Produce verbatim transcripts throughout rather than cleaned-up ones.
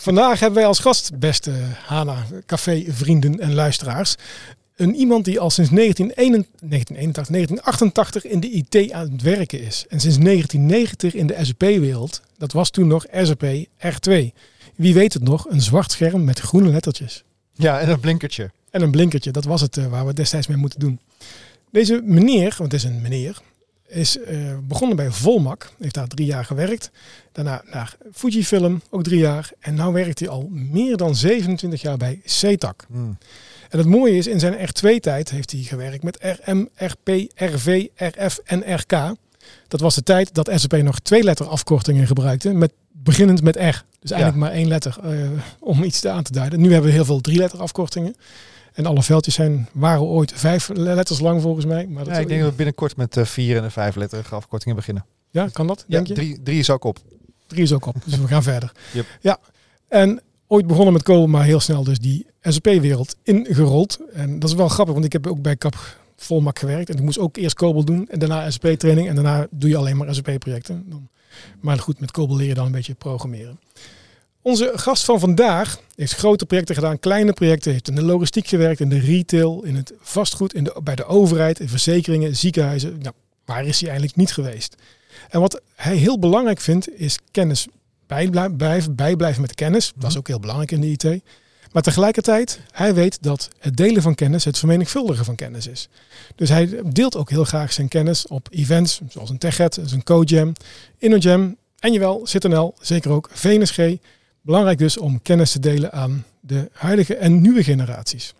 Vandaag hebben wij als gast, beste Hana Café vrienden en luisteraars, een iemand die al sinds negentien eenentachtig, negentien achtentachtig in de I T aan het werken is. En sinds negentien negentig in de S A P-wereld. Dat was toen nog S A P R twee. Wie weet het nog, een zwart scherm met groene lettertjes. Ja, en een blinkertje. En een blinkertje, dat was het uh, waar we destijds mee moeten doen. Deze meneer, want het is een meneer, is uh, begonnen bij Volmac. Heeft daar drie jaar gewerkt. Daarna naar Fujifilm, ook drie jaar. En nu werkt hij al meer dan zevenentwintig jaar bij C E T A C. Hmm. En het mooie is, in zijn R twee tijd heeft hij gewerkt met R M, R P, R V, R F en R K. Dat was de tijd dat S A P nog twee letter afkortingen gebruikte, met, beginnend met R. Dus eigenlijk ja. maar één letter uh, om iets aan te duiden. Nu hebben we heel veel drie letter afkortingen. En alle veldjes zijn, waren ooit vijf letters lang volgens mij. Maar dat ja, ik denk dat we binnenkort met uh, vier en een vijf letterige afkortingen beginnen. Ja, kan dat, denk ja, je? Drie, drie is ook op. Drie is ook op, dus we gaan verder. Yep. Ja, en ooit begonnen met Cobol, maar heel snel dus die S A P-wereld ingerold. En dat is wel grappig, want ik heb ook bij Cap Volmac gewerkt. En ik moest ook eerst Cobol doen en daarna S A P-training. En daarna doe je alleen maar S A P-projecten. Maar goed, met Cobol leer je dan een beetje programmeren. Onze gast van vandaag heeft grote projecten gedaan, kleine projecten. Heeft in de logistiek gewerkt, in de retail, in het vastgoed, in de, bij de overheid, in verzekeringen, ziekenhuizen. Nou, waar is hij eigenlijk niet geweest? En wat hij heel belangrijk vindt, is kennis bijblijven, bijblijven met de kennis. Dat is ook heel belangrijk in de I T. Maar tegelijkertijd, hij weet dat het delen van kennis het vermenigvuldigen van kennis is. Dus hij deelt ook heel graag zijn kennis op events, zoals een TechEd, een CodeJam, InnoJam en jawel, C I T N L, zeker ook V N S G. Belangrijk dus om kennis te delen aan de huidige en nieuwe generaties.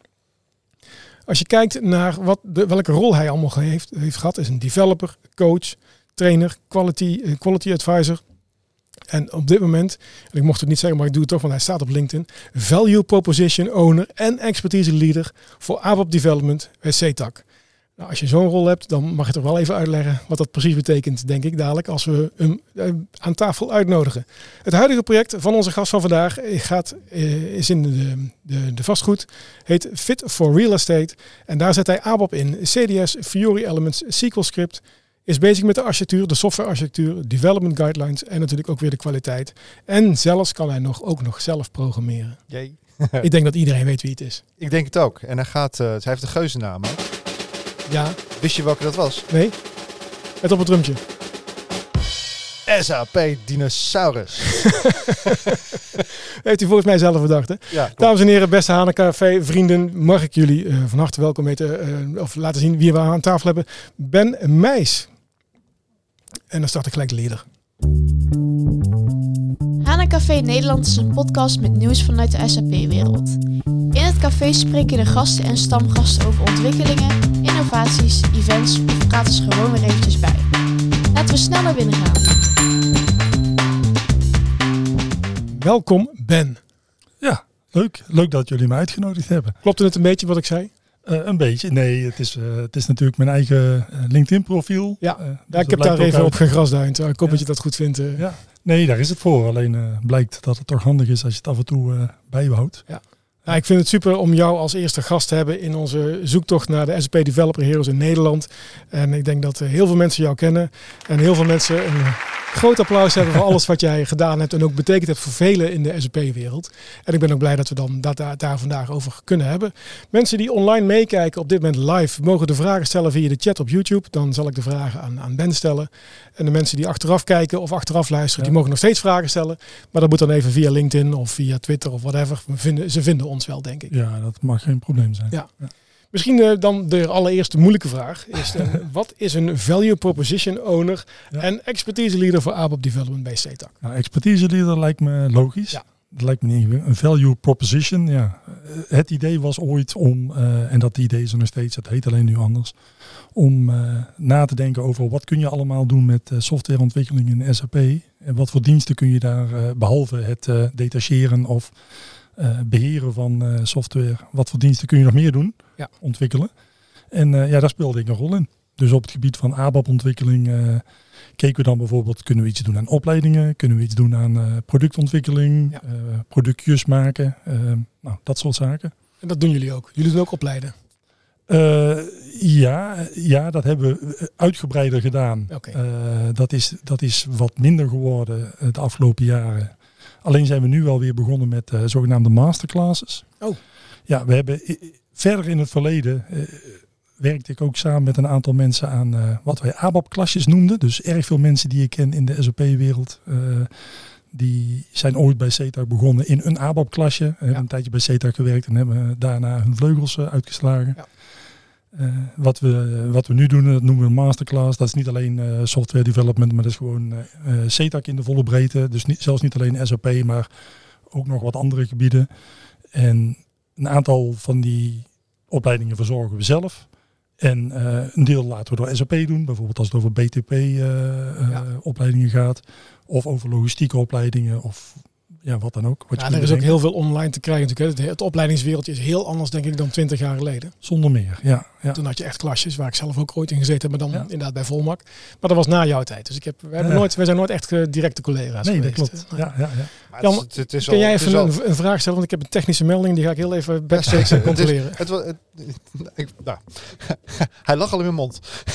Als je kijkt naar wat de, welke rol hij allemaal heeft, heeft gehad, is een developer, coach, trainer, quality, quality advisor. En op dit moment, en ik mocht het niet zeggen, maar ik doe het toch, want hij staat op LinkedIn. Value Proposition Owner en Expertise Leader voor A B A P Development bij C E T A C. Nou, als je zo'n rol hebt, dan mag je toch wel even uitleggen wat dat precies betekent, denk ik dadelijk, als we hem aan tafel uitnodigen. Het huidige project van onze gast van vandaag gaat, is in de, de, de vastgoed, heet Fit for Real Estate. En daar zet hij A B A P in, C D S, Fiori Elements, S Q L Script. Is bezig met de architectuur, de softwarearchitectuur, development guidelines en natuurlijk ook weer de kwaliteit. En zelfs kan hij nog, ook nog zelf programmeren. Jee. Ik denk dat iedereen weet wie het is. Ik denk het ook. En hij, gaat, uh, hij heeft een geuzennaam. Hè? Ja. Wist je welke dat was? Nee. Het op het drumtje. S A P Dinosaurus. Heeft hij volgens mij zelf bedacht, hè? Ja, dames en heren, beste Hana Café vrienden, mag ik jullie uh, van harte welkom heten, uh, of laten zien wie we aan tafel hebben. Ben Meijs. En dan start ik gelijk de leader. Hana Café Nederland is een podcast met nieuws vanuit de S A P-wereld. In het café spreken de gasten en stamgasten over ontwikkelingen, innovaties, events of praten ze gewoon weer eventjes bij. Laten we snel naar binnen gaan. Welkom Ben. Ja, leuk. Leuk dat jullie me uitgenodigd hebben. Klopte het een beetje wat ik zei? Uh, een beetje. Nee, het is, uh, het is natuurlijk mijn eigen uh, LinkedIn profiel. Ja, uh, dus ja ik heb daar even uit. op gegrasduind. Ik hoop ja. dat je dat goed vindt. Uh. Ja. Nee, daar is het voor. Alleen uh, blijkt dat het toch handig is als je het af en toe uh, bijhoudt. Ja. Nou, ik vind het super om jou als eerste gast te hebben in onze zoektocht naar de S A P Developer Heroes in Nederland. En ik denk dat uh, heel veel mensen jou kennen. En heel veel mensen een groot applaus hebben voor alles wat jij gedaan hebt. En ook betekend hebt voor velen in de S A P-wereld. En ik ben ook blij dat we dan dat daar, daar vandaag over kunnen hebben. Mensen die online meekijken op dit moment live mogen de vragen stellen via de chat op YouTube. Dan zal ik de vragen aan, aan Ben stellen. En de mensen die achteraf kijken of achteraf luisteren, ja. die mogen nog steeds vragen stellen. Maar dat moet dan even via LinkedIn of via Twitter of whatever. We vinden, ze vinden ons wel, denk ik. Ja, dat mag geen probleem zijn. Ja. Ja. Misschien uh, dan de allereerste moeilijke vraag. Is uh, wat is een Value Proposition Owner ja. en Expertise Leader voor A B A P Development bij C E T A C? Nou, Expertise Leader lijkt me logisch. Ja. Dat lijkt me niet ingewikkeld. Een Value Proposition, ja. Het idee was ooit om, uh, en dat idee is er nog steeds, het heet alleen nu anders, om uh, na te denken over wat kun je allemaal doen met uh, softwareontwikkeling in S A P. En wat voor diensten kun je daar, uh, behalve het uh, detacheren of uh, beheren van uh, software, wat voor diensten kun je nog meer doen? Ja. Ontwikkelen. En uh, ja, daar speelde ik een rol in. Dus op het gebied van A B A P-ontwikkeling uh, keken we dan bijvoorbeeld, kunnen we iets doen aan opleidingen? Kunnen we iets doen aan uh, productontwikkeling? Ja. Uh, productjes maken? Uh, nou, dat soort zaken. En dat doen jullie ook? Jullie doen ook opleiden? Uh, ja, ja, dat hebben we uitgebreider gedaan. Okay. Uh, dat, is, dat is wat minder geworden de afgelopen jaren. Alleen zijn we nu wel weer begonnen met uh, zogenaamde masterclasses. Oh. Ja, we hebben uh, verder in het verleden uh, werkte ik ook samen met een aantal mensen aan uh, wat wij A B A P-klasjes noemden. Dus erg veel mensen die ik ken in de S A P-wereld, uh, die zijn ooit bij C E T A C begonnen in een A B A P-klasje. Ja. Hebben een tijdje bij C E T A C gewerkt en hebben daarna hun vleugels uh, uitgeslagen. Ja. Uh, wat, we, wat we nu doen, dat noemen we een masterclass. Dat is niet alleen uh, software development, maar dat is gewoon uh, uh, C E T A C in de volle breedte. Dus niet, zelfs niet alleen S A P, maar ook nog wat andere gebieden. En een aantal van die opleidingen verzorgen we zelf. En uh, een deel laten we door S A P doen. Bijvoorbeeld als het over B T P uh, uh, ja. opleidingen gaat. Of over logistieke opleidingen of ja, wat dan ook. Wat ja, je er is ook heel veel online te krijgen natuurlijk. Het, het opleidingswereldje is heel anders denk ik dan twintig jaar geleden. Zonder meer, ja, ja. Toen had je echt klasjes waar ik zelf ook ooit in gezeten heb. Maar dan ja. inderdaad bij Volmak. Maar dat was na jouw tijd. Dus ik heb, we, hebben ja. nooit, we zijn nooit echt uh, directe collega's nee, geweest. dat klopt. Ja, ja, ja. Maar Jan, het is, het is kun al, jij het even is al... een, een vraag stellen? Want ik heb een technische melding. Die ga ik heel even backstage controleren. Het is, het, het, ik, nou, hij lag al in mijn mond.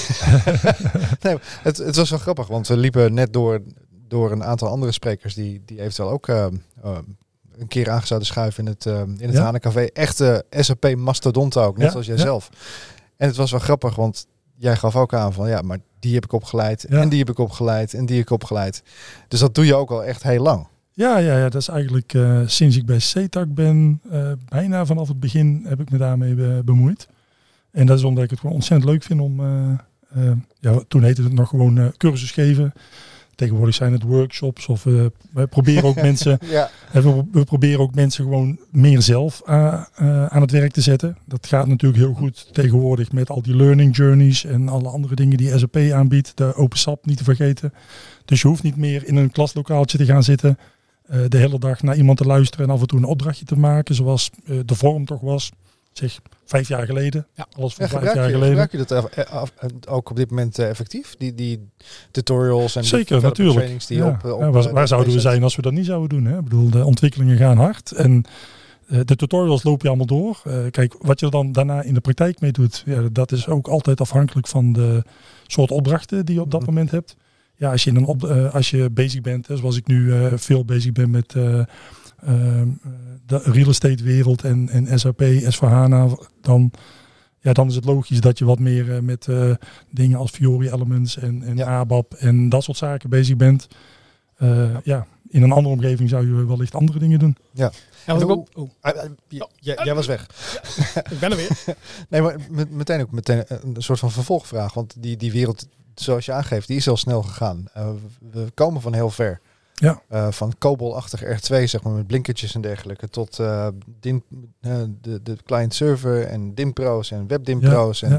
nee, het, het was wel grappig. Want we liepen net door, door een aantal andere sprekers. Die, die eventueel ook... Uh, uh, een keer aan zouden schuiven in het, uh, in het ja. Hanencafé. Echte S A P mastodonten ook, net ja, zoals jij ja. zelf. En het was wel grappig, want jij gaf ook aan van ja, maar die heb ik opgeleid ja. en die heb ik opgeleid en die heb ik opgeleid. Dus dat doe je ook al echt heel lang. Ja, ja, ja dat is eigenlijk uh, sinds ik bij C E T A C ben, uh, bijna vanaf het begin heb ik me daarmee be- bemoeid. En dat is omdat ik het gewoon ontzettend leuk vind om, uh, uh, ja, toen heette het nog gewoon uh, cursus geven. Tegenwoordig zijn het workshops of uh, we proberen ook mensen, ja. we, we proberen ook mensen gewoon meer zelf uh, uh, aan het werk te zetten. Dat gaat natuurlijk heel goed tegenwoordig met al die learning journeys en alle andere dingen die S A P aanbiedt. De Open S A P niet te vergeten. Dus je hoeft niet meer in een klaslokaaltje te gaan zitten, uh, de hele dag naar iemand te luisteren en af en toe een opdrachtje te maken, zoals uh, de vorm toch was. Zeg, vijf jaar geleden. Ja, alles van ja, vijf jaar je, geleden. Gebruik je dat ook op dit moment uh, effectief? Die, die tutorials en zeker, natuurlijk. trainings die ja. op, op ja, waar waar zouden we zijn als we dat niet zouden doen? Hè? Ik bedoel, de ontwikkelingen gaan hard. En uh, de tutorials loop je allemaal door. Uh, kijk, wat je er dan daarna in de praktijk mee doet, ja, dat is ook altijd afhankelijk van de soort opdrachten die je op dat mm-hmm. moment hebt. Ja, als je, in een op, uh, als je bezig bent, hè, zoals ik nu uh, veel bezig ben met... Uh, Uh, de real estate wereld en, en S A P, S vier HANA, dan, ja, dan is het logisch dat je wat meer uh, met uh, dingen als Fiori Elements en, en ja. A B A P en dat soort zaken bezig bent. Uh, ja. ja, in een andere omgeving zou je wellicht andere dingen doen. Ja. Ja, hoe, ook, oh. uh, uh, j- j- jij was weg. Ja, ik ben er weer. Nee, maar met, meteen ook meteen een soort van vervolgvraag, want die, die wereld, zoals je aangeeft, die is heel snel gegaan. Uh, we komen van heel ver. Ja. Uh, van COBOL-achtig R twee, zeg maar, met blinkertjes en dergelijke, tot uh, dim, uh, de, de client-server en DIMPRO's en WebDIMPRO's. Ja, en... ja.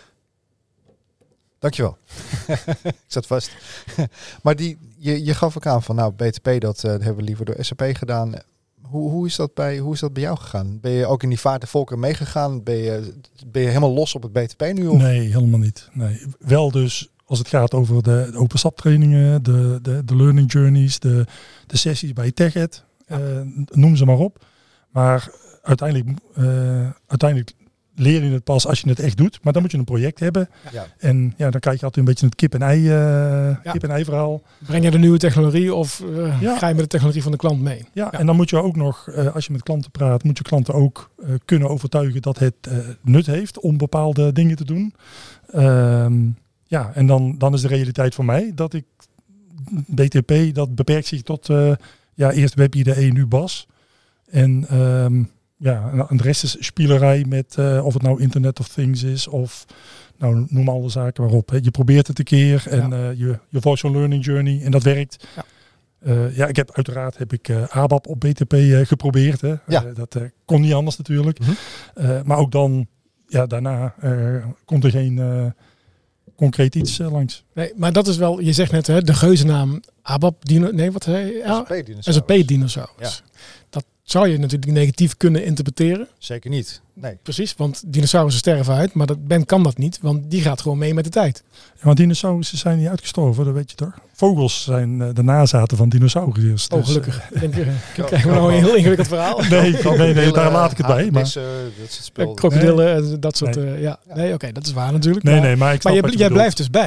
Dankjewel. Ik zat vast. Maar die, je, je gaf ook aan van, nou, B T P, dat uh, hebben we liever door S A P gedaan. Hoe, hoe, is dat bij, hoe is dat bij jou gegaan? Ben je ook in die vaart en volken meegegaan? Ben je, ben je helemaal los op het B T P nu? Of? Nee, helemaal niet. Nee. Wel dus... Als het gaat over de, de Open S A P trainingen, de, de, de learning journeys, de, de sessies bij TechEd, ja. uh, noem ze maar op. Maar uiteindelijk, uh, uiteindelijk leer je het pas als je het echt doet. Maar dan moet je een project hebben. Ja. En ja, dan krijg je altijd een beetje het kip-en-ei uh, ja. kip-en-ei verhaal. Breng je de nieuwe technologie of uh, ja. ga je met de technologie van de klant mee? Ja, ja. En dan moet je ook nog, uh, als je met klanten praat, moet je klanten ook uh, kunnen overtuigen dat het uh, nut heeft om bepaalde dingen te doen. Um, Ja, en dan, dan is de realiteit voor mij dat ik B T P, dat beperkt zich tot uh, ja, eerst Web I D E, nu B A S. En um, ja, en de rest is spielerij met uh, of het nou Internet of Things is of nou, noem alle zaken waarop. Hè. Je probeert het een keer en ja. uh, je, je volgt zo'n learning journey en dat werkt. Ja. Uh, ja, ik heb uiteraard heb ik uh, A B A P op B T P uh, geprobeerd. Hè. Ja. Uh, dat uh, kon niet anders natuurlijk. Mm-hmm. Uh, maar ook dan, ja, daarna uh, komt er geen... Uh, concreet iets uh, langs. Nee, maar dat is wel, je zegt net, hè, de geuzennaam A B A P, dino, nee, wat zei je? S A P-dinosaurus. Ja. Dat zou je natuurlijk negatief kunnen interpreteren. Zeker niet. Nee. Precies, want dinosaurussen sterven uit, maar dat, Ben kan dat niet, want die gaat gewoon mee met de tijd. Ja, want dinosaurussen zijn niet uitgestorven, dat weet je toch? Vogels zijn uh, de nazaten van dinosauriërs. Oh, dus, gelukkig. Uh, Denk, uh, krijgen we nou een heel ingewikkeld verhaal? Nee, nee, nee, nee, daar laat ik het bij. Maar. Krokodillen en dat soort, nee. Uh, ja. Nee, oké, okay, dat is waar natuurlijk. Nee, maar nee, maar, ik maar je, jij blijft dus bij.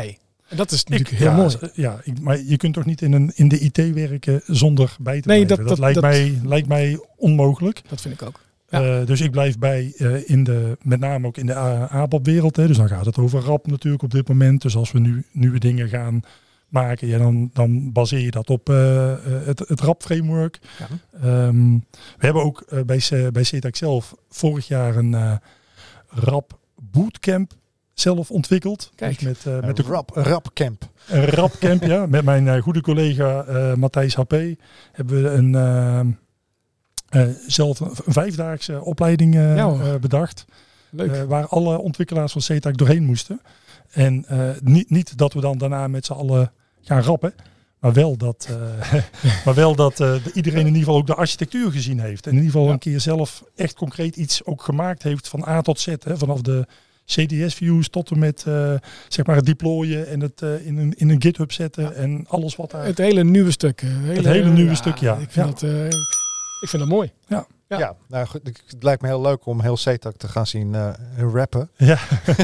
En dat is natuurlijk ik, heel ja, mooi. Ja, ik, maar je kunt toch niet in, een, in de I T werken zonder bij te Nee, blijven. dat- Dat, dat- lijkt, dat- mij, lijkt mij onmogelijk. Dat vind ik ook. Ja. Uh, dus ik blijf bij uh, in de, met name ook in de A B A P-wereld. Hè. Dus dan gaat het over rap natuurlijk op dit moment. Dus als we nu nieuwe dingen gaan maken, ja, dan, dan baseer je dat op uh, het, het rap-framework. Ja. Um, we hebben ook uh, bij, bij C E T A C zelf vorig jaar een uh, rap bootcamp zelf ontwikkeld. Kijk, dus met, uh, met de rap, rapcamp. Een rapcamp, ja. Met mijn uh, goede collega uh, Matthijs H P hebben we een uh, uh, zelf een vijfdaagse opleiding uh, ja, uh, bedacht. Leuk. Uh, waar alle ontwikkelaars van C E T A C doorheen moesten. En uh, niet, niet dat we dan daarna met z'n allen gaan rappen. Maar wel dat, uh, maar wel dat uh, iedereen in ieder geval ook de architectuur gezien heeft. En in ieder geval ja. een keer zelf echt concreet iets ook gemaakt heeft van A tot Z. Hè, vanaf de C D S-views tot en met uh, zeg maar het deployen en het uh, in, een, in een GitHub zetten ja. en alles wat daar... Het hele nieuwe stuk. Het hele, het hele nieuwe ja, stuk, ja. Ik vind, ja. Dat, uh, ik vind dat mooi. Ja. Ja, ja nou goed, het lijkt me heel leuk om heel C E T A C te gaan zien uh, rappen. Ja.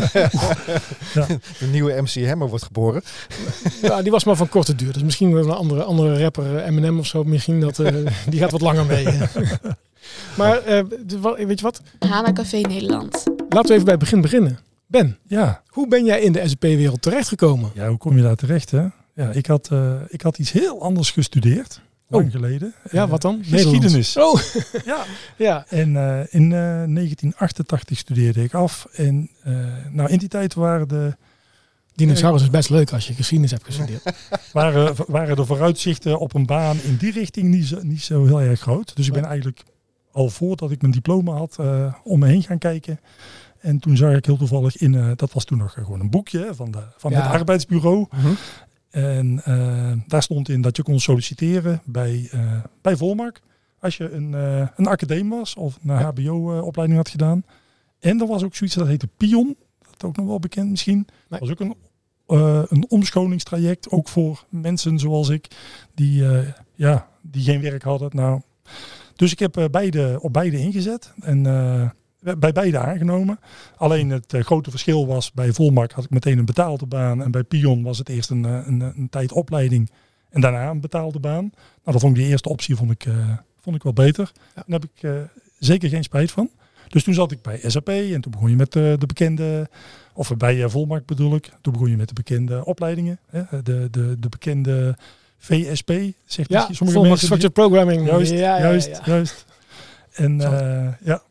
ja. De nieuwe M C Hammer wordt geboren. Ja, die was maar van korte duur. Dus misschien wel een andere, andere rapper, Eminem of zo. Misschien dat, uh, die gaat wat langer mee. Maar uh, weet je wat? HANA Café Nederland. Laten we even bij het begin beginnen. Ben, ja. hoe ben jij in de S A P-wereld terechtgekomen? Ja, hoe kom je daar terecht, hè? Ja, ik had, uh, ik had iets heel anders gestudeerd. Lang oh. geleden. Ja, wat dan? Uh, geschiedenis. Oh. ja. ja. En uh, in uh, negentien achtentachtig studeerde ik af. En uh, nou, in die tijd waren de... Dinosaurus is best leuk als je geschiedenis hebt gestudeerd. waren, waren de vooruitzichten op een baan in die richting niet zo, niet zo heel erg groot. Dus ik ben eigenlijk al voordat ik mijn diploma had uh, om me heen gaan kijken. En toen zag ik heel toevallig in, uh, dat was toen nog gewoon een boekje van, de, van ja. het arbeidsbureau. Uh-huh. En uh, daar stond in dat je kon solliciteren bij, uh, bij Volmark. Als je een, uh, een academie was of een H B O-opleiding uh, had gedaan. En er was ook zoiets dat heette Pion. Dat is ook nog wel bekend misschien. Dat nee. was ook een, uh, een omscholingstraject. Ook voor mensen zoals ik. Die, uh, ja, die geen werk hadden. Nou, dus ik heb uh, beide, op beide ingezet. En... Uh, bij beide aangenomen. Alleen het uh, grote verschil was, bij Volmark had ik meteen een betaalde baan. En bij Pion was het eerst een, een, een tijd opleiding. En daarna een betaalde baan. Nou, dan vond ik die eerste optie vond ik, uh, vond ik wel beter. Ja. Daar heb ik uh, zeker geen spijt van. Dus toen zat ik bij S A P. En toen begon je met uh, de bekende... Of bij uh, Volmark bedoel ik. Toen begon je met de bekende opleidingen. Hè, de, de, de bekende V S P. Zegt ja, sommige Volmark mensen. Structured Programming. Juist, ja, ja, juist, ja, ja. juist. En uh, ja...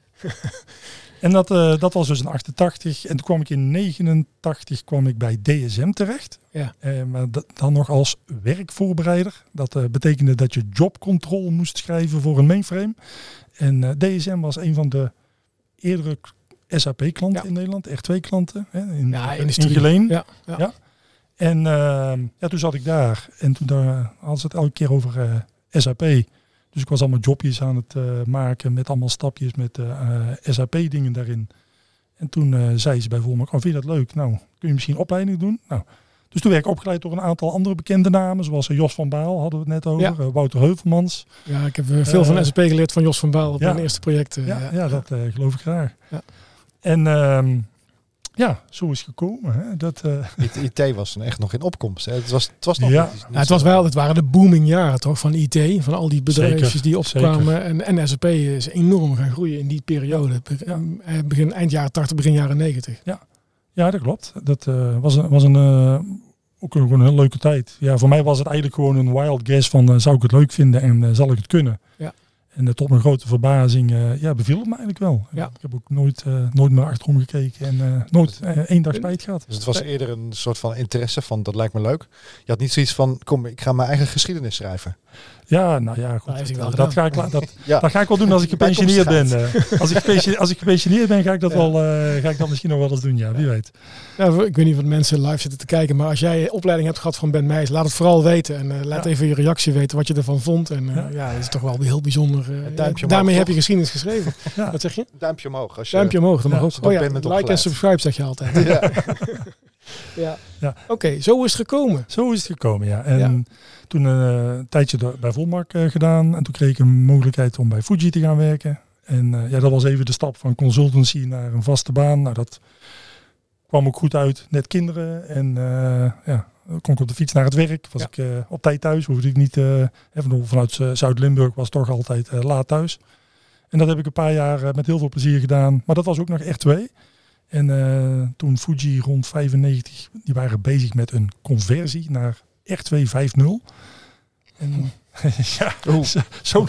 En dat, uh, dat was dus in achtentachtig. En toen kwam ik in negenentachtig kwam ik bij D S M terecht. Ja. Uh, maar dat, dan nog als werkvoorbereider. Dat uh, betekende dat je job control moest schrijven voor een mainframe. En uh, D S M was een van de eerdere S A P-klanten ja. in Nederland. R twee klanten. Hè, in, ja, in Geleen. Ja, ja. ja. En uh, ja, toen zat ik daar. En toen uh, hadden ze het elke keer over uh, S A P. Dus ik was allemaal jobjes aan het uh, maken met allemaal stapjes met uh, uh, S A P-dingen daarin. En toen uh, zei ze bij Volmark, oh, vind je dat leuk? Nou, kun je misschien opleiding doen? Nou, dus toen werd ik opgeleid door een aantal andere bekende namen, zoals uh, Jos van Baal, hadden we het net over, ja. uh, Wouter Heuvelmans. Ja, ik heb uh, veel uh, van S A P geleerd van Jos van Baal op ja, mijn eerste project. Uh, ja, ja. ja, dat uh, geloof ik graag. Ja. En um, ja, zo is het gekomen. Hè. Dat, uh, I T was echt nog in opkomst. Hè. Het was, het was nog ja. niet, niet ja, het was wel, het waren de booming jaren toch van I T, van al die bedrijfjes zeker, die opkwamen. En, en S A P is enorm gaan groeien in die periode. Ja. Begin eind jaren tachtig, begin jaren negentig. Ja, ja dat klopt. Dat uh, was, was een, uh, ook een, gewoon een hele leuke tijd. Ja, voor mij was het eigenlijk gewoon een wild guess van uh, zou ik het leuk vinden en uh, zal ik het kunnen. Ja. En uh, tot mijn grote verbazing uh, ja, beviel het me eigenlijk wel. Ja. Ik heb ook nooit, uh, nooit meer achterom gekeken en uh, nooit uh, één dag spijt gehad. Dus het was eerder een soort van interesse van dat lijkt me leuk. Je had niet zoiets van kom ik ga mijn eigen geschiedenis schrijven. Ja, nou ja, goed. Nou, dat, dat, ga ik, dat, ja. dat ga ik wel doen als ik gepensioneerd ben. Uh, als, ik gepensioneerd, als ik gepensioneerd ben, ga ik dat ja. wel, uh, ga ik dat misschien nog wel eens doen. Ja, wie weet. Ja, ik weet niet wat mensen live zitten te kijken, maar als jij opleiding hebt gehad van Ben Meijs, laat het vooral weten en uh, laat ja. even je reactie weten wat je ervan vond. En uh, ja. ja, dat is toch wel heel bijzonder. Uh, duimpje daarmee omhoog, heb je geschiedenis geschreven. Ja. Wat zeg je? Duimpje omhoog. Als je, Duimpje omhoog, dat mag ja, ook. Oh ja, like en subscribe zeg je altijd. Ja. Ja. Ja. Oké, okay, zo is het gekomen. Zo is het gekomen, ja. En ja. toen uh, een tijdje bij Volmark uh, gedaan. En toen kreeg ik een mogelijkheid om bij Fuji te gaan werken. En uh, ja, dat was even de stap van consultancy naar een vaste baan. Nou, dat kwam ook goed uit, net kinderen. En uh, ja, kon ik op de fiets naar het werk. Was Ja. ik uh, op tijd thuis. Hoefde ik niet, uh, even vanuit uh, Zuid-Limburg was toch altijd uh, laat thuis. En dat heb ik een paar jaar uh, met heel veel plezier gedaan. Maar dat was ook nog R twee. En uh, toen Fuji rond vijfennegentig, die waren bezig met een conversie naar R twee vijf nul. En ja, zo... zo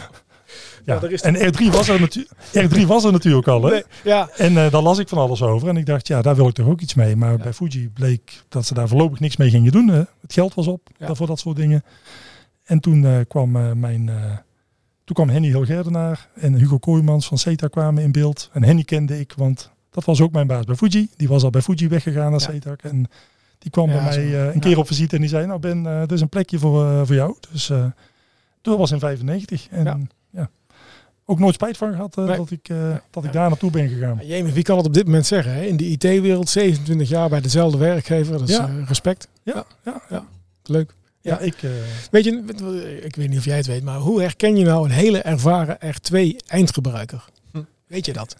Ja, ja, is en R drie was er, natu- R drie was er natuurlijk al. Hè? Nee, ja. En uh, daar las ik van alles over. En ik dacht, ja, daar wil ik toch ook iets mee. Maar Ja. bij Fuji bleek dat ze daar voorlopig niks mee gingen doen. Hè? Het geld was op Ja. voor dat soort dingen. En toen uh, kwam uh, mijn... Uh, toen kwam Henny Hilgerdenaar en Hugo Kooijmans van CETA kwamen in beeld. En Henny kende ik, want dat was ook mijn baas bij Fuji. Die was al bij Fuji weggegaan naar Ja. CETA. En die kwam Ja, bij mij zo. uh, een Ja. keer op visite en die zei, nou Ben, uh, er is een plekje voor, uh, voor jou. Dus uh, dat was in vijfennegentig. En Ja. ja. Ook nooit spijt van gehad uh, Nee. dat ik, uh, dat ik Ja. daar naartoe ben gegaan. Ja, jemig, wie kan het op dit moment zeggen? Hè? In de I T-wereld, zevenentwintig jaar bij dezelfde werkgever. Dat is Ja. uh, respect. Ja, ja, ja. Leuk. ja. Ja. ik... Uh, Weet je, ik weet niet of jij het weet, maar hoe herken je nou een hele ervaren R twee eindgebruiker? Hm. Weet je dat?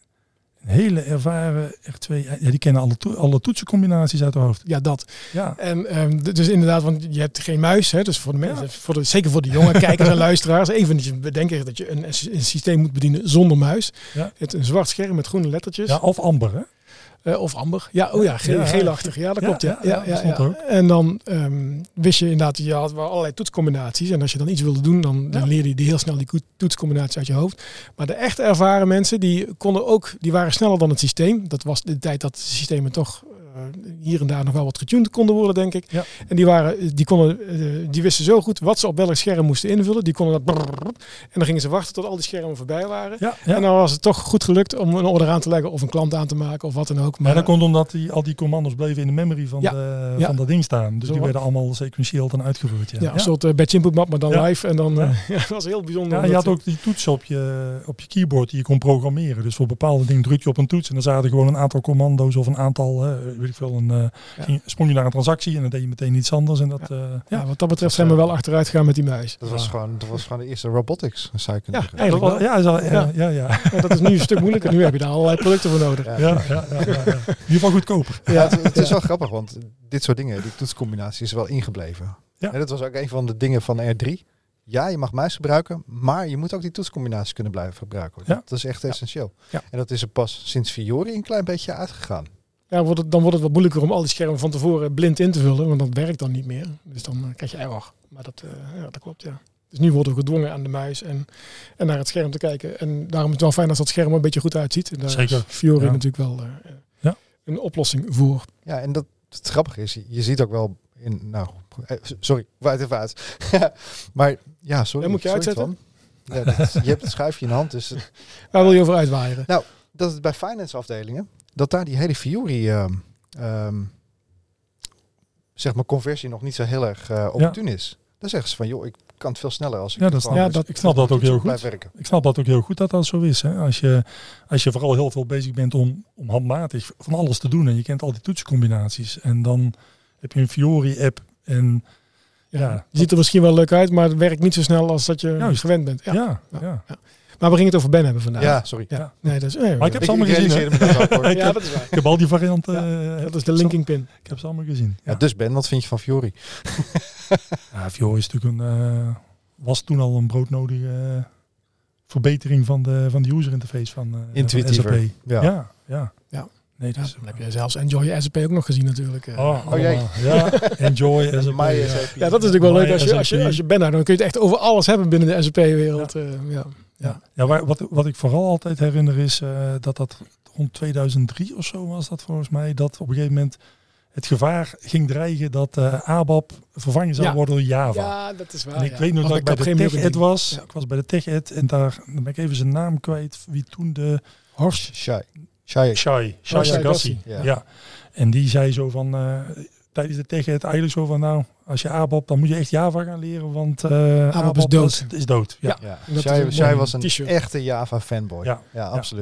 een hele ervaren R twee... Ja, die kennen alle, to- alle toetsencombinaties uit de hoofd. Ja, dat. Ja, En um, d- dus inderdaad, want je hebt geen muis, hè, dus voor de mensen, voor de, zeker voor de jonge kijkers en luisteraars, even dat je bedenken dat je een, een systeem moet bedienen zonder muis. Ja. Het een zwart scherm met groene lettertjes. ja, of amber, hè? Uh, of amber. Ja, oh ja, ge- Ja. geelachtig. Ja, dat Ja, klopt. Ja. ja, Ja, ja, dat ja, stond ja. er ook. En dan um, wist je inderdaad, je had wel allerlei toetscombinaties. En als je dan iets wilde doen, dan, dan Ja. leerde je die heel snel die ko- toetscombinaties uit je hoofd. Maar de echt ervaren mensen, die konden ook, die waren sneller dan het systeem. Dat was de tijd dat de systemen toch uh, hier en daar nog wel wat getuned konden worden, denk ik. Ja. En die waren, die konden, uh, die wisten zo goed wat ze op welk scherm moesten invullen. Die konden dat brrrr, en dan gingen ze wachten tot al die schermen voorbij waren. Ja, ja. En dan was het toch goed gelukt om een order aan te leggen of een klant aan te maken of wat dan ook. Maar dat komt omdat die, al die commando's bleven in de memory van, Ja. de, Ja. van dat ding staan. Dus Zo die wat. werden allemaal sequentieel dan uitgevoerd. Ja, Ja, een soort uh, batch input map, maar dan Ja. live. En dan, uh, Ja. ja, dat was heel bijzonder. Ja, je had ook die toetsen op je, op je keyboard die je kon programmeren. Dus voor bepaalde dingen druk je op een toets en dan zaten gewoon een aantal commando's of een aantal, uh, weet ik veel, een, uh, Ja. ging, sprong je naar een transactie en dan deed je meteen iets anders. En dat, Ja. uh, ja, ja. wat dat betreft zijn we wel achteruit gegaan met die muis. Dat was, Ja. gewoon, dat was gewoon de eerste robotics, zou je kunnen Ja, zeggen. eigenlijk wel. Ja, is al- ja, Ja. ja, ja. Ja, dat is nu een stuk moeilijker. Nu heb je daar allerlei producten voor nodig. Ja. Ja, ja, ja, ja, ja. In ieder geval goedkoper. Ja, het, het is wel grappig, want dit soort dingen, die toetscombinatie is wel ingebleven. Ja. En dat was ook een van de dingen van R drie. Ja, je mag muis gebruiken, maar je moet ook die toetscombinatie kunnen blijven gebruiken. Ja. Dat is echt essentieel. Ja. En dat is er pas sinds Fiori een klein beetje uitgegaan. Ja, wordt het, dan wordt het wat moeilijker om al die schermen van tevoren blind in te vullen. Want dat werkt dan niet meer. Dus dan uh, krijg je error. Maar dat, uh, ja, dat klopt, ja. Dus nu worden we gedwongen aan de muis en, en naar het scherm te kijken. En daarom is het wel fijn als dat scherm er een beetje goed uitziet. En daar Zeker. is Fiori Ja. natuurlijk wel uh, Ja. een oplossing voor. Ja, en dat het grappige is, je, je ziet ook wel in, nou, eh, sorry, waait even uit. Maar ja, sorry. Ja, moet je sorry, uitzetten? Twan. Ja, dat, je hebt het schuifje in de hand, dus het- Waar wil je over uitwaaieren? dat het bij finance afdelingen, dat daar die hele Fiori, ehm, ehm, zeg maar, conversie nog niet zo heel erg uh, opportun is. Dan zeggen ze van, joh, ik kan het veel sneller als ik Ja, dat is- gewoon ja, dus dat- ik snap dat ook heel goed. blijf werken. Ik snap dat ook heel goed dat dat zo is. Hè? Als, je, als je vooral heel veel bezig bent om, om handmatig van alles te doen en je kent al die toetsencombinaties en dan heb je een Fiori-app en Ja, ja, je ziet er misschien wel leuk uit, maar het werkt niet zo snel als dat je Juist. gewend bent. Ja. ja, ja, Ja. ja. Maar we gingen het over Ben hebben vandaag. Ja, sorry. Ja. Nee, dat is, nee, Maar ik heb Ik, ze allemaal ik gezien. Hè? realiseerde me dat ook, hoor. ja, dat is waar. Ik heb al die varianten. Ja, eh, Dat is de linking pin. Ik heb ze allemaal gezien. Ja, Ja. dus Ben, wat vind je van Fiori? Ja, Fiori is natuurlijk een, uh, was toen al een broodnodige uh, verbetering van de, van de user interface van, uh, Intuïtiever. van S A P. Ja. Ja, ja. Ja. Nee, Ja, dus, dan heb je zelfs Enjoy S A P ook nog gezien natuurlijk. eh. oh, Oh, jee. allemaal. Ja, enjoy S A P. My ja. S A P. Ja, dat is natuurlijk wel My leuk als je, als je, S A P. als je bent daar. Dan kun je het echt over alles hebben binnen de S A P-wereld. Ja. Uh, ja. Ja, ja waar, wat, wat ik vooral altijd herinner is uh, dat dat rond tweeduizend drie of zo was dat volgens mij. Dat op een gegeven moment het gevaar ging dreigen dat uh, A B A P vervangen zou Ja. worden door Java. Ja, dat is waar. En ik ja. weet nog Was dat ik bij de Capgemini ook Tech een Ed ding. was. Ja. Ik was bij de Tech Ed en daar dan ben ik even zijn naam kwijt. Wie toen de... Horst. Shai. Shai. Shai. Shai Horst Agassi. Agassi. Ja. Ja. En die zei zo van... Uh, tijdens de Tech Ed eigenlijk zo van... Nou, als je A B A P, dan moet je echt Java gaan leren. Want uh, A B A P is dood. Is, is dood. Ja. Ja. Dat is Shai, een Shai mooi was een t-shirt. echte Java fanboy. Ja, Ja. absoluut.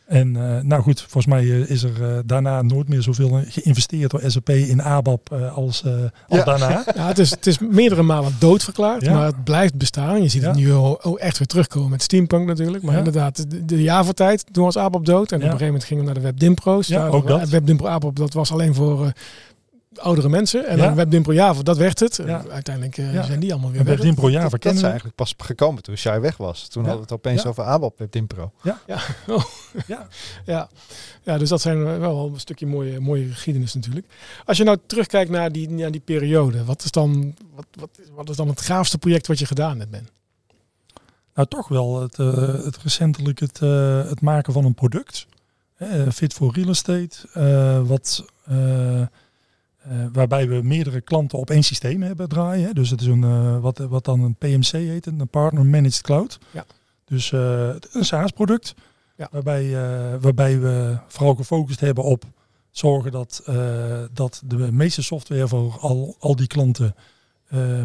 En uh, nou goed, volgens mij uh, is er uh, daarna nooit meer zoveel geïnvesteerd door S A P in A B A P uh, als, uh, als ja. daarna. Ja, het is, het is meerdere malen doodverklaard, ja. maar het blijft bestaan. Je ziet ja. het nu al, al echt weer terugkomen met Steampunk natuurlijk. Maar ja. inderdaad, de, de Java-tijd, toen was A B A P dood. En ja. op een gegeven moment gingen we naar de WebDimpro's. Ja, ja, ook dat. WebDimpro A B A P, dat was alleen voor... Uh, oudere mensen. En ja. dan WebDimpro Java, dat werd het. Ja. Uiteindelijk uh, ja. zijn die allemaal weer weg. WebDimpro Java dat, dat is eigenlijk pas gekomen toen Shai weg was. Toen ja. hadden we het opeens ja. over A B A P WebDimpro. Ja. Ja. Oh. ja. ja. Ja, dus dat zijn wel een stukje mooie, mooie geschiedenis natuurlijk. Als je nou terugkijkt naar die, naar die periode, wat is, dan, wat, wat, wat is dan het gaafste project wat je gedaan hebt, Ben? Nou, toch wel het, uh, het recentelijk het, uh, het maken van een product. Uh, fit for real estate. Uh, wat... Uh, Uh, waarbij we meerdere klanten op één systeem hebben draaien. Hè. Dus het is een uh, wat, wat dan een P M C heet, een Partner Managed Cloud. Ja. Dus uh, een SaaS-product. Ja. Waarbij, uh, waarbij we vooral gefocust hebben op zorgen dat, uh, dat de meeste software voor al, al die klanten uh, uh,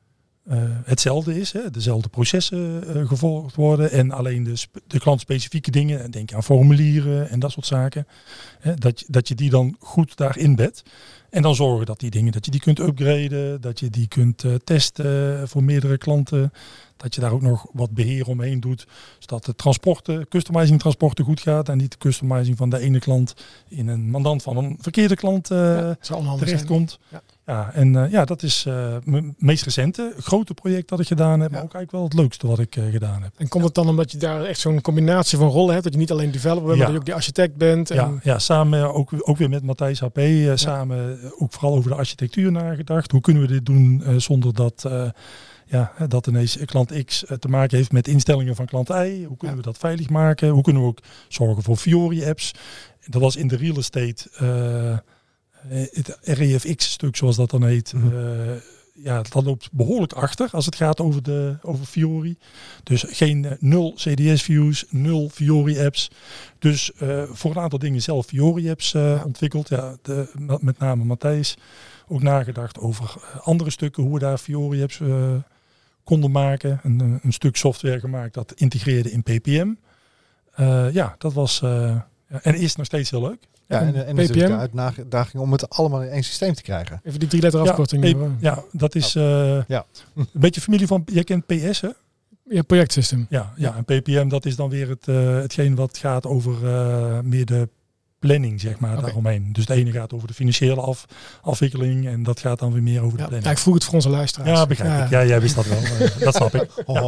hetzelfde is. Hè. Dezelfde processen uh, gevolgd worden. En alleen de, sp- de klantspecifieke dingen. Denk aan formulieren en dat soort zaken. Hè. Dat, dat je die dan goed daarin bedt. En dan zorgen dat die dingen, dat je die kunt upgraden, dat je die kunt uh, testen voor meerdere klanten. Dat je daar ook nog wat beheer omheen doet, zodat de transporten, customizing transporten goed gaat. En niet de customizing van de ene klant in een mandant van een verkeerde klant uh, ja, terechtkomt. Ja. Ja, en uh, ja, dat is uh, mijn meest recente grote project dat ik gedaan heb. Ja. Maar ook eigenlijk wel het leukste wat ik uh, gedaan heb. En komt het dan omdat je daar echt zo'n combinatie van rollen hebt? Dat je niet alleen developer bent, ja. maar dat je ook die architect bent? En... Ja, ja, samen ook, ook weer met Matthijs H P. Uh, ja. Samen ook vooral over de architectuur nagedacht. Hoe kunnen we dit doen uh, zonder dat... Uh, Ja, dat ineens klant X te maken heeft met instellingen van klant Y. Hoe kunnen ja. we dat veilig maken? Hoe kunnen we ook zorgen voor Fiori-apps? Dat was in de real estate, uh, het R E F X-stuk zoals dat dan heet. Mm-hmm. Uh, ja, dat loopt behoorlijk achter als het gaat over, de, over Fiori. Dus geen uh, nul C D S-views, nul Fiori-apps. Dus uh, voor een aantal dingen zelf Fiori-apps uh, ja. ontwikkeld. Ja, de, met name Matthijs. Ook nagedacht over uh, andere stukken, hoe we daar Fiori-apps uh, konden maken. Een, een stuk software gemaakt dat integreerde in P P M. Uh, ja, dat was... Uh, ja, en is nog steeds heel leuk. Ja, en, en natuurlijk de uitdaging om het allemaal in één systeem te krijgen. Even die drie letter afkorting. Ja, ja, dat is uh, ja. een beetje familie van... Jij kent P S, hè? Ja, projectsystem. Ja, ja, en P P M, dat is dan weer het, uh, hetgeen wat gaat over uh, meer de planning, zeg maar, okay. daaromheen. Dus het ene gaat over de financiële af, afwikkeling en dat gaat dan weer meer over de ja, planning. Ja, ik vroeg het voor onze luisteraars. Ja, begrijp ja. ik. Ja, jij wist dat wel. uh, dat snap ik. Oh.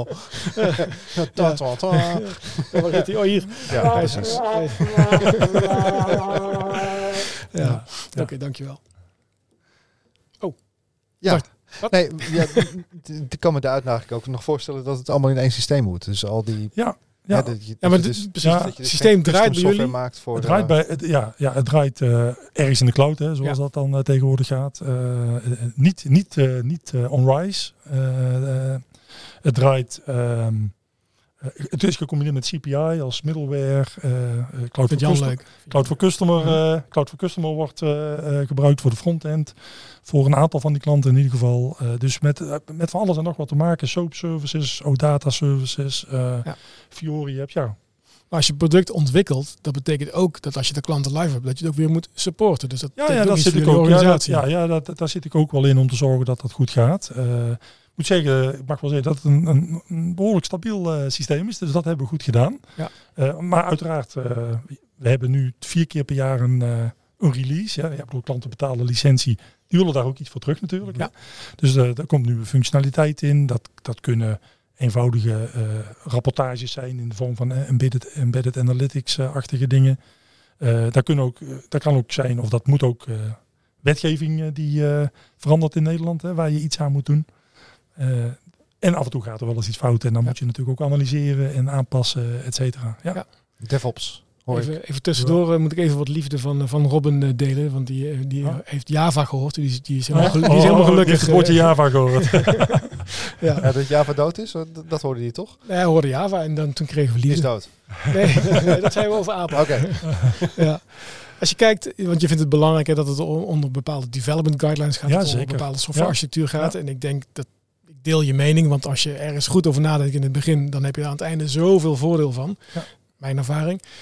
ta, ta, ta. Ja, waar gaat hij? Oh, hier. Ja, precies. Ja, ja. Oké, okay, dankjewel. Oh. Ja. Wat? Nee, ja, ik kan me de uitdaging ook nog voorstellen dat het allemaal in één systeem moet. Dus al die... Ja. Ja, ja, dat je, ja maar dat het dus, ja, dus systeem draait bij jullie. Maakt voor het de, draait bij, het, ja, ja, het draait uh, ergens in de cloud, hè, zoals ja. dat dan uh, tegenwoordig gaat. Uh, uh, niet niet, uh, niet uh, on RISE. Uh, uh, het draait. Um, uh, het is gecombineerd met C P I als middleware. Uh, cloud, for customer, cloud for Customer. Uh, Cloud for Customer wordt uh, uh, gebruikt voor de frontend. Voor een aantal van die klanten in ieder geval. Uh, dus met, uh, met van alles en nog wat te maken. SOAP services, OData services, uh, ja. Fiori hebt. Ja. Maar als je product ontwikkelt, dat betekent ook dat als je de klanten live hebt, dat je het ook weer moet supporten. Dus dat ja, ja, dat zit ik ook. Ja, dat, ja, ja dat, daar zit ik ook wel in om te zorgen dat dat goed gaat. Uh, ik moet zeggen, ik mag wel zeggen dat het een, een, een behoorlijk stabiel uh, systeem is. Dus dat hebben we goed gedaan. Ja. Uh, maar uiteraard, uh, we hebben nu vier keer per jaar een, uh, een release. Ja. Je hebt ook klanten betalen licentie. Die willen daar ook iets voor terug natuurlijk. Ja. Dus uh, daar komt nu functionaliteit in. Dat, dat kunnen eenvoudige uh, rapportages zijn in de vorm van uh, embedded, embedded analytics-achtige uh, dingen. Uh, daar, kunnen ook, uh, daar kan ook zijn, of dat moet ook uh, wetgeving uh, die uh, verandert in Nederland, hè, waar je iets aan moet doen. Uh, en af en toe gaat er wel eens iets fout en dan ja. moet je natuurlijk ook analyseren en aanpassen, et cetera. Ja. Ja. DevOps. Even, even tussendoor uh, moet ik even wat liefde van, van Robin uh, delen, want die, uh, die oh. heeft Java gehoord. Die, die is helemaal, gelu- die is helemaal gelukkig. Die heeft het woordje Java gehoord. ja. ja, dat Java dood is, dat, dat hoorde je toch? Nee, hij hoorde Java en dan toen kregen we liefde. Is dood? Nee, nee, dat zijn we over apen. Oké. Okay. ja. Als je kijkt, want je vindt het belangrijk hè, dat het onder bepaalde development guidelines gaat, ja, dat het onder bepaalde softwarearchitectuur ja. gaat. Ja. En ik denk dat ik deel je mening, want als je ergens goed over nadenkt in het begin, dan heb je er aan het einde zoveel voordeel van. Ja. Mijn ervaring.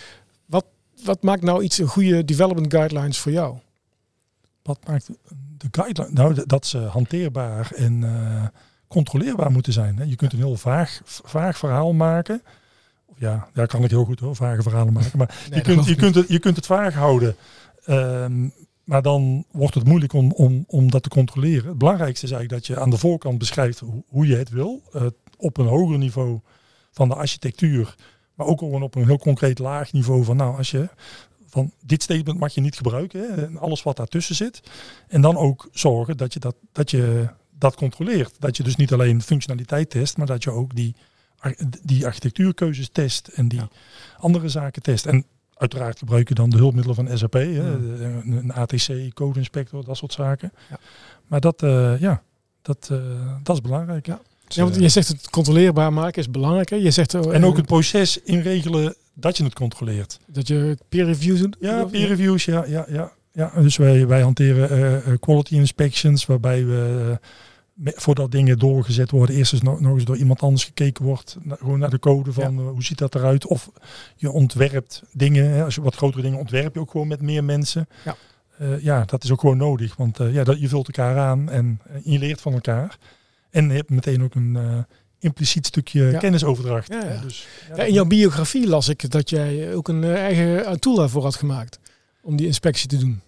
Wat, wat maakt nou iets een goede development guidelines voor jou? Wat maakt de guideline? Nou, dat ze hanteerbaar en uh, controleerbaar moeten zijn. Hè. Je kunt een heel vaag, vaag verhaal maken. Ja, daar kan ik heel goed hoor, vage verhalen maken. Maar nee, je, kunt, je, kunt het, je kunt het vaag houden. Um, maar dan wordt het moeilijk om, om, om dat te controleren. Het belangrijkste is eigenlijk dat je aan de voorkant beschrijft hoe, hoe je het wil. Uh, op een hoger niveau van de architectuur. Maar ook gewoon op een heel concreet laag niveau van nou, als je van dit statement mag je niet gebruiken. Hè, en alles wat daartussen zit. En dan ook zorgen dat je dat, dat je dat controleert. Dat je dus niet alleen functionaliteit test, maar dat je ook die, die architectuurkeuzes test en die ja. andere zaken test. En uiteraard gebruik je dan de hulpmiddelen van S A P, hè, ja. een A T C, code inspector, dat soort zaken. Ja. Maar dat, uh, ja, dat, uh, dat is belangrijk. Ja. Ja, want je zegt het controleerbaar maken is belangrijk. Hè? Je zegt, uh, en ook het proces inregelen dat je het controleert. Dat je peer reviews doet? Ja, peer reviews, ja. ja, ja, ja. Dus wij, wij hanteren uh, quality inspections, waarbij we uh, me, voordat dingen doorgezet worden, eerst eens nog, nog eens door iemand anders gekeken wordt. Na, gewoon naar de code van ja. uh, hoe ziet dat eruit. Of je ontwerpt dingen. Hè? Als je wat grotere dingen ontwerp je ook gewoon met meer mensen. Ja, uh, ja dat is ook gewoon nodig. Want uh, ja, dat, je vult elkaar aan en uh, je leert van elkaar. En je hebt meteen ook een uh, impliciet stukje ja. kennisoverdracht. Ja, ja. Dus, ja, ja, in jouw biografie las ik dat jij ook een uh, eigen tool daarvoor had gemaakt. Om die inspectie te doen.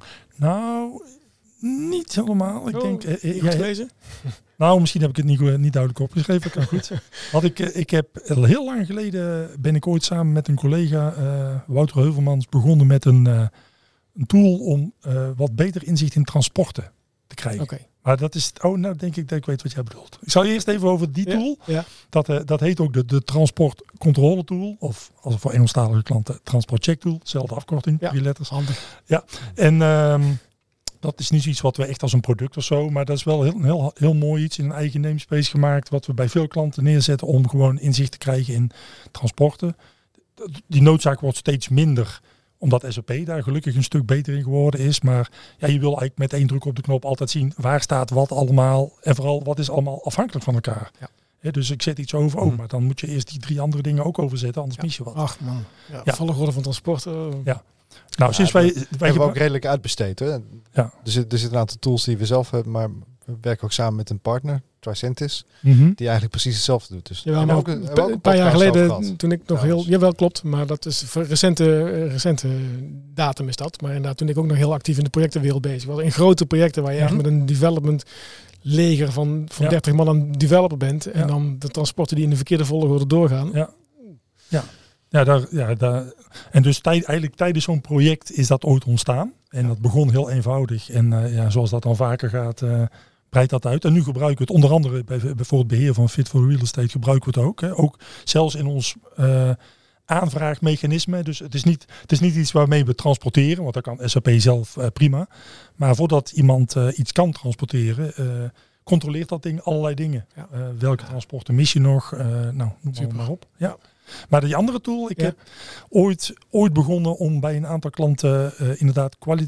Nou, niet helemaal. Ik oh, denk, uh, uh, jij lezen? Nou, misschien heb ik het niet, uh, niet duidelijk opgeschreven. Kan goed. Had ik, uh, ik heb heel lang geleden ben ik ooit samen met een collega, uh, Wouter Heuvelmans, begonnen met een, uh, een tool om uh, wat beter inzicht in transporten te krijgen. Okay. Maar dat is, oh, nou denk ik dat ik weet wat jij bedoelt. Ik zal eerst even over die tool. Ja, ja. Dat, uh, dat heet ook de, de transportcontrole tool. Of als voor Engelstalige klanten transport check tool. Zelfde afkorting, ja. drie letters. Handig. Ja, en um, dat is niet iets wat we echt als een product of zo. Maar dat is wel heel, heel, heel mooi iets in een eigen namespace gemaakt. Wat we bij veel klanten neerzetten om gewoon inzicht te krijgen in transporten. Die noodzaak wordt steeds minder, omdat S A P daar gelukkig een stuk beter in geworden is. Maar ja, je wil eigenlijk met één druk op de knop altijd zien waar staat wat allemaal. En vooral wat is allemaal afhankelijk van elkaar. Ja. Ja, dus ik zet iets over, oh, maar dan moet je eerst die drie andere dingen ook overzetten, anders ja. mis je wat. Ach man, ja, ja. volgorde van transport. Uh. Ja. Nou, ja, sinds wij... wij hebben we ook redelijk uitbesteed. Hè? Ja. Er, zit, er zitten een aantal tools die we zelf hebben, maar we werken ook samen met een partner, Tricentis, mm-hmm. die eigenlijk precies hetzelfde doet. Dus ja, maar ook een, een, een paar jaar geleden, toen ik nog ja, heel... Jawel, klopt, maar dat is voor recente, recente datum is dat. Maar inderdaad, toen ik ook nog heel actief in de projectenwereld bezig was. In grote projecten waar je mm-hmm. echt met een development leger van, van ja. dertig man aan developer bent. Ja. En dan de transporten die in de verkeerde volgorde doorgaan. Ja, ja. Ja, daar, ja daar, en dus tijd, eigenlijk tijdens zo'n project is dat ooit ontstaan. En ja. dat begon heel eenvoudig. En uh, ja, zoals dat dan vaker gaat, uh, breidt dat uit. En nu gebruiken we het onder andere bij, bij voor het beheer van Fit for Real Estate gebruiken we het ook. Hè. Ook zelfs in ons uh, aanvraagmechanisme. Dus het is, niet, het is niet iets waarmee we transporteren, want dat kan S A P zelf uh, prima. Maar voordat iemand uh, iets kan transporteren, uh, controleert dat ding allerlei dingen. Ja. Uh, welke transporten mis je nog? Uh, nou, noem maar, maar op. Ja. Maar die andere tool, ik ja. heb ooit, ooit begonnen om bij een aantal klanten uh, inderdaad kwali-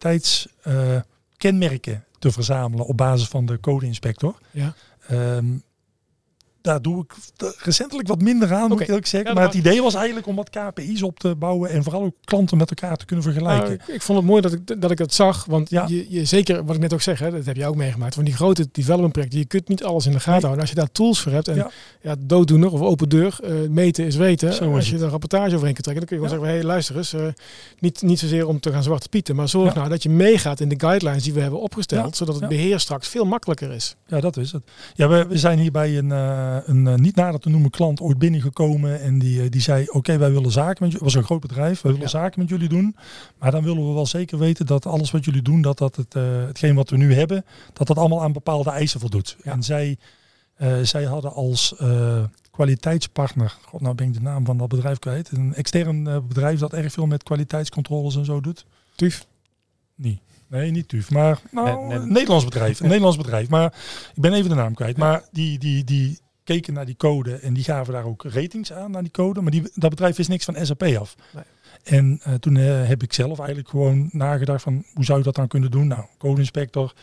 kwaliteitskenmerken uh, te verzamelen op basis van de code-inspector. Ja. Um, daar doe ik recentelijk wat minder aan, okay. moet ik eerlijk zeggen. Ja, maar het idee was eigenlijk om wat K P I's op te bouwen en vooral ook klanten met elkaar te kunnen vergelijken. Nou, ik, ik vond het mooi dat ik, dat ik het zag, want ja. je, je, zeker wat ik net ook zeg, hè, dat heb je ook meegemaakt, van die grote development projecten, je kunt niet alles in de gaten nee. houden. Als je daar tools voor hebt en ja. Ja, dooddoener of open deur, uh, meten is weten. Zo als is je er een rapportage overheen kunt trekken, dan kun je gewoon ja. zeggen, hé hey, luister eens, uh, niet, niet zozeer om te gaan zwarte pieten, maar zorg ja. nou dat je meegaat in de guidelines die we hebben opgesteld, ja. zodat het ja. beheer straks veel makkelijker is. Ja, dat is het. Ja, we, we zijn hier bij een, uh, een uh, niet nader te noemen klant ooit binnengekomen en die, die zei, oké, okay, wij willen zaken met jullie. Het was een groot bedrijf, wij willen ja. zaken met jullie doen. Maar dan willen we wel zeker weten dat alles wat jullie doen, dat dat het, uh, hetgeen wat we nu hebben, dat dat allemaal aan bepaalde eisen voldoet. Ja. En zij, uh, zij hadden als uh, kwaliteitspartner, god, nou ben ik de naam van dat bedrijf kwijt, een extern uh, bedrijf dat erg veel met kwaliteitscontroles en zo doet. T U F? Nee. Nee, niet T U F, maar nou, nee, nee. een Nederlands bedrijf. Een Nederlands bedrijf, maar ik ben even de naam kwijt. Maar die, die, die keken naar die code en die gaven daar ook ratings aan naar die code. Maar die, dat bedrijf wist niks van S A P af. Nee. En uh, toen uh, heb ik zelf eigenlijk gewoon nagedacht van hoe zou je dat dan kunnen doen? Nou, code inspector,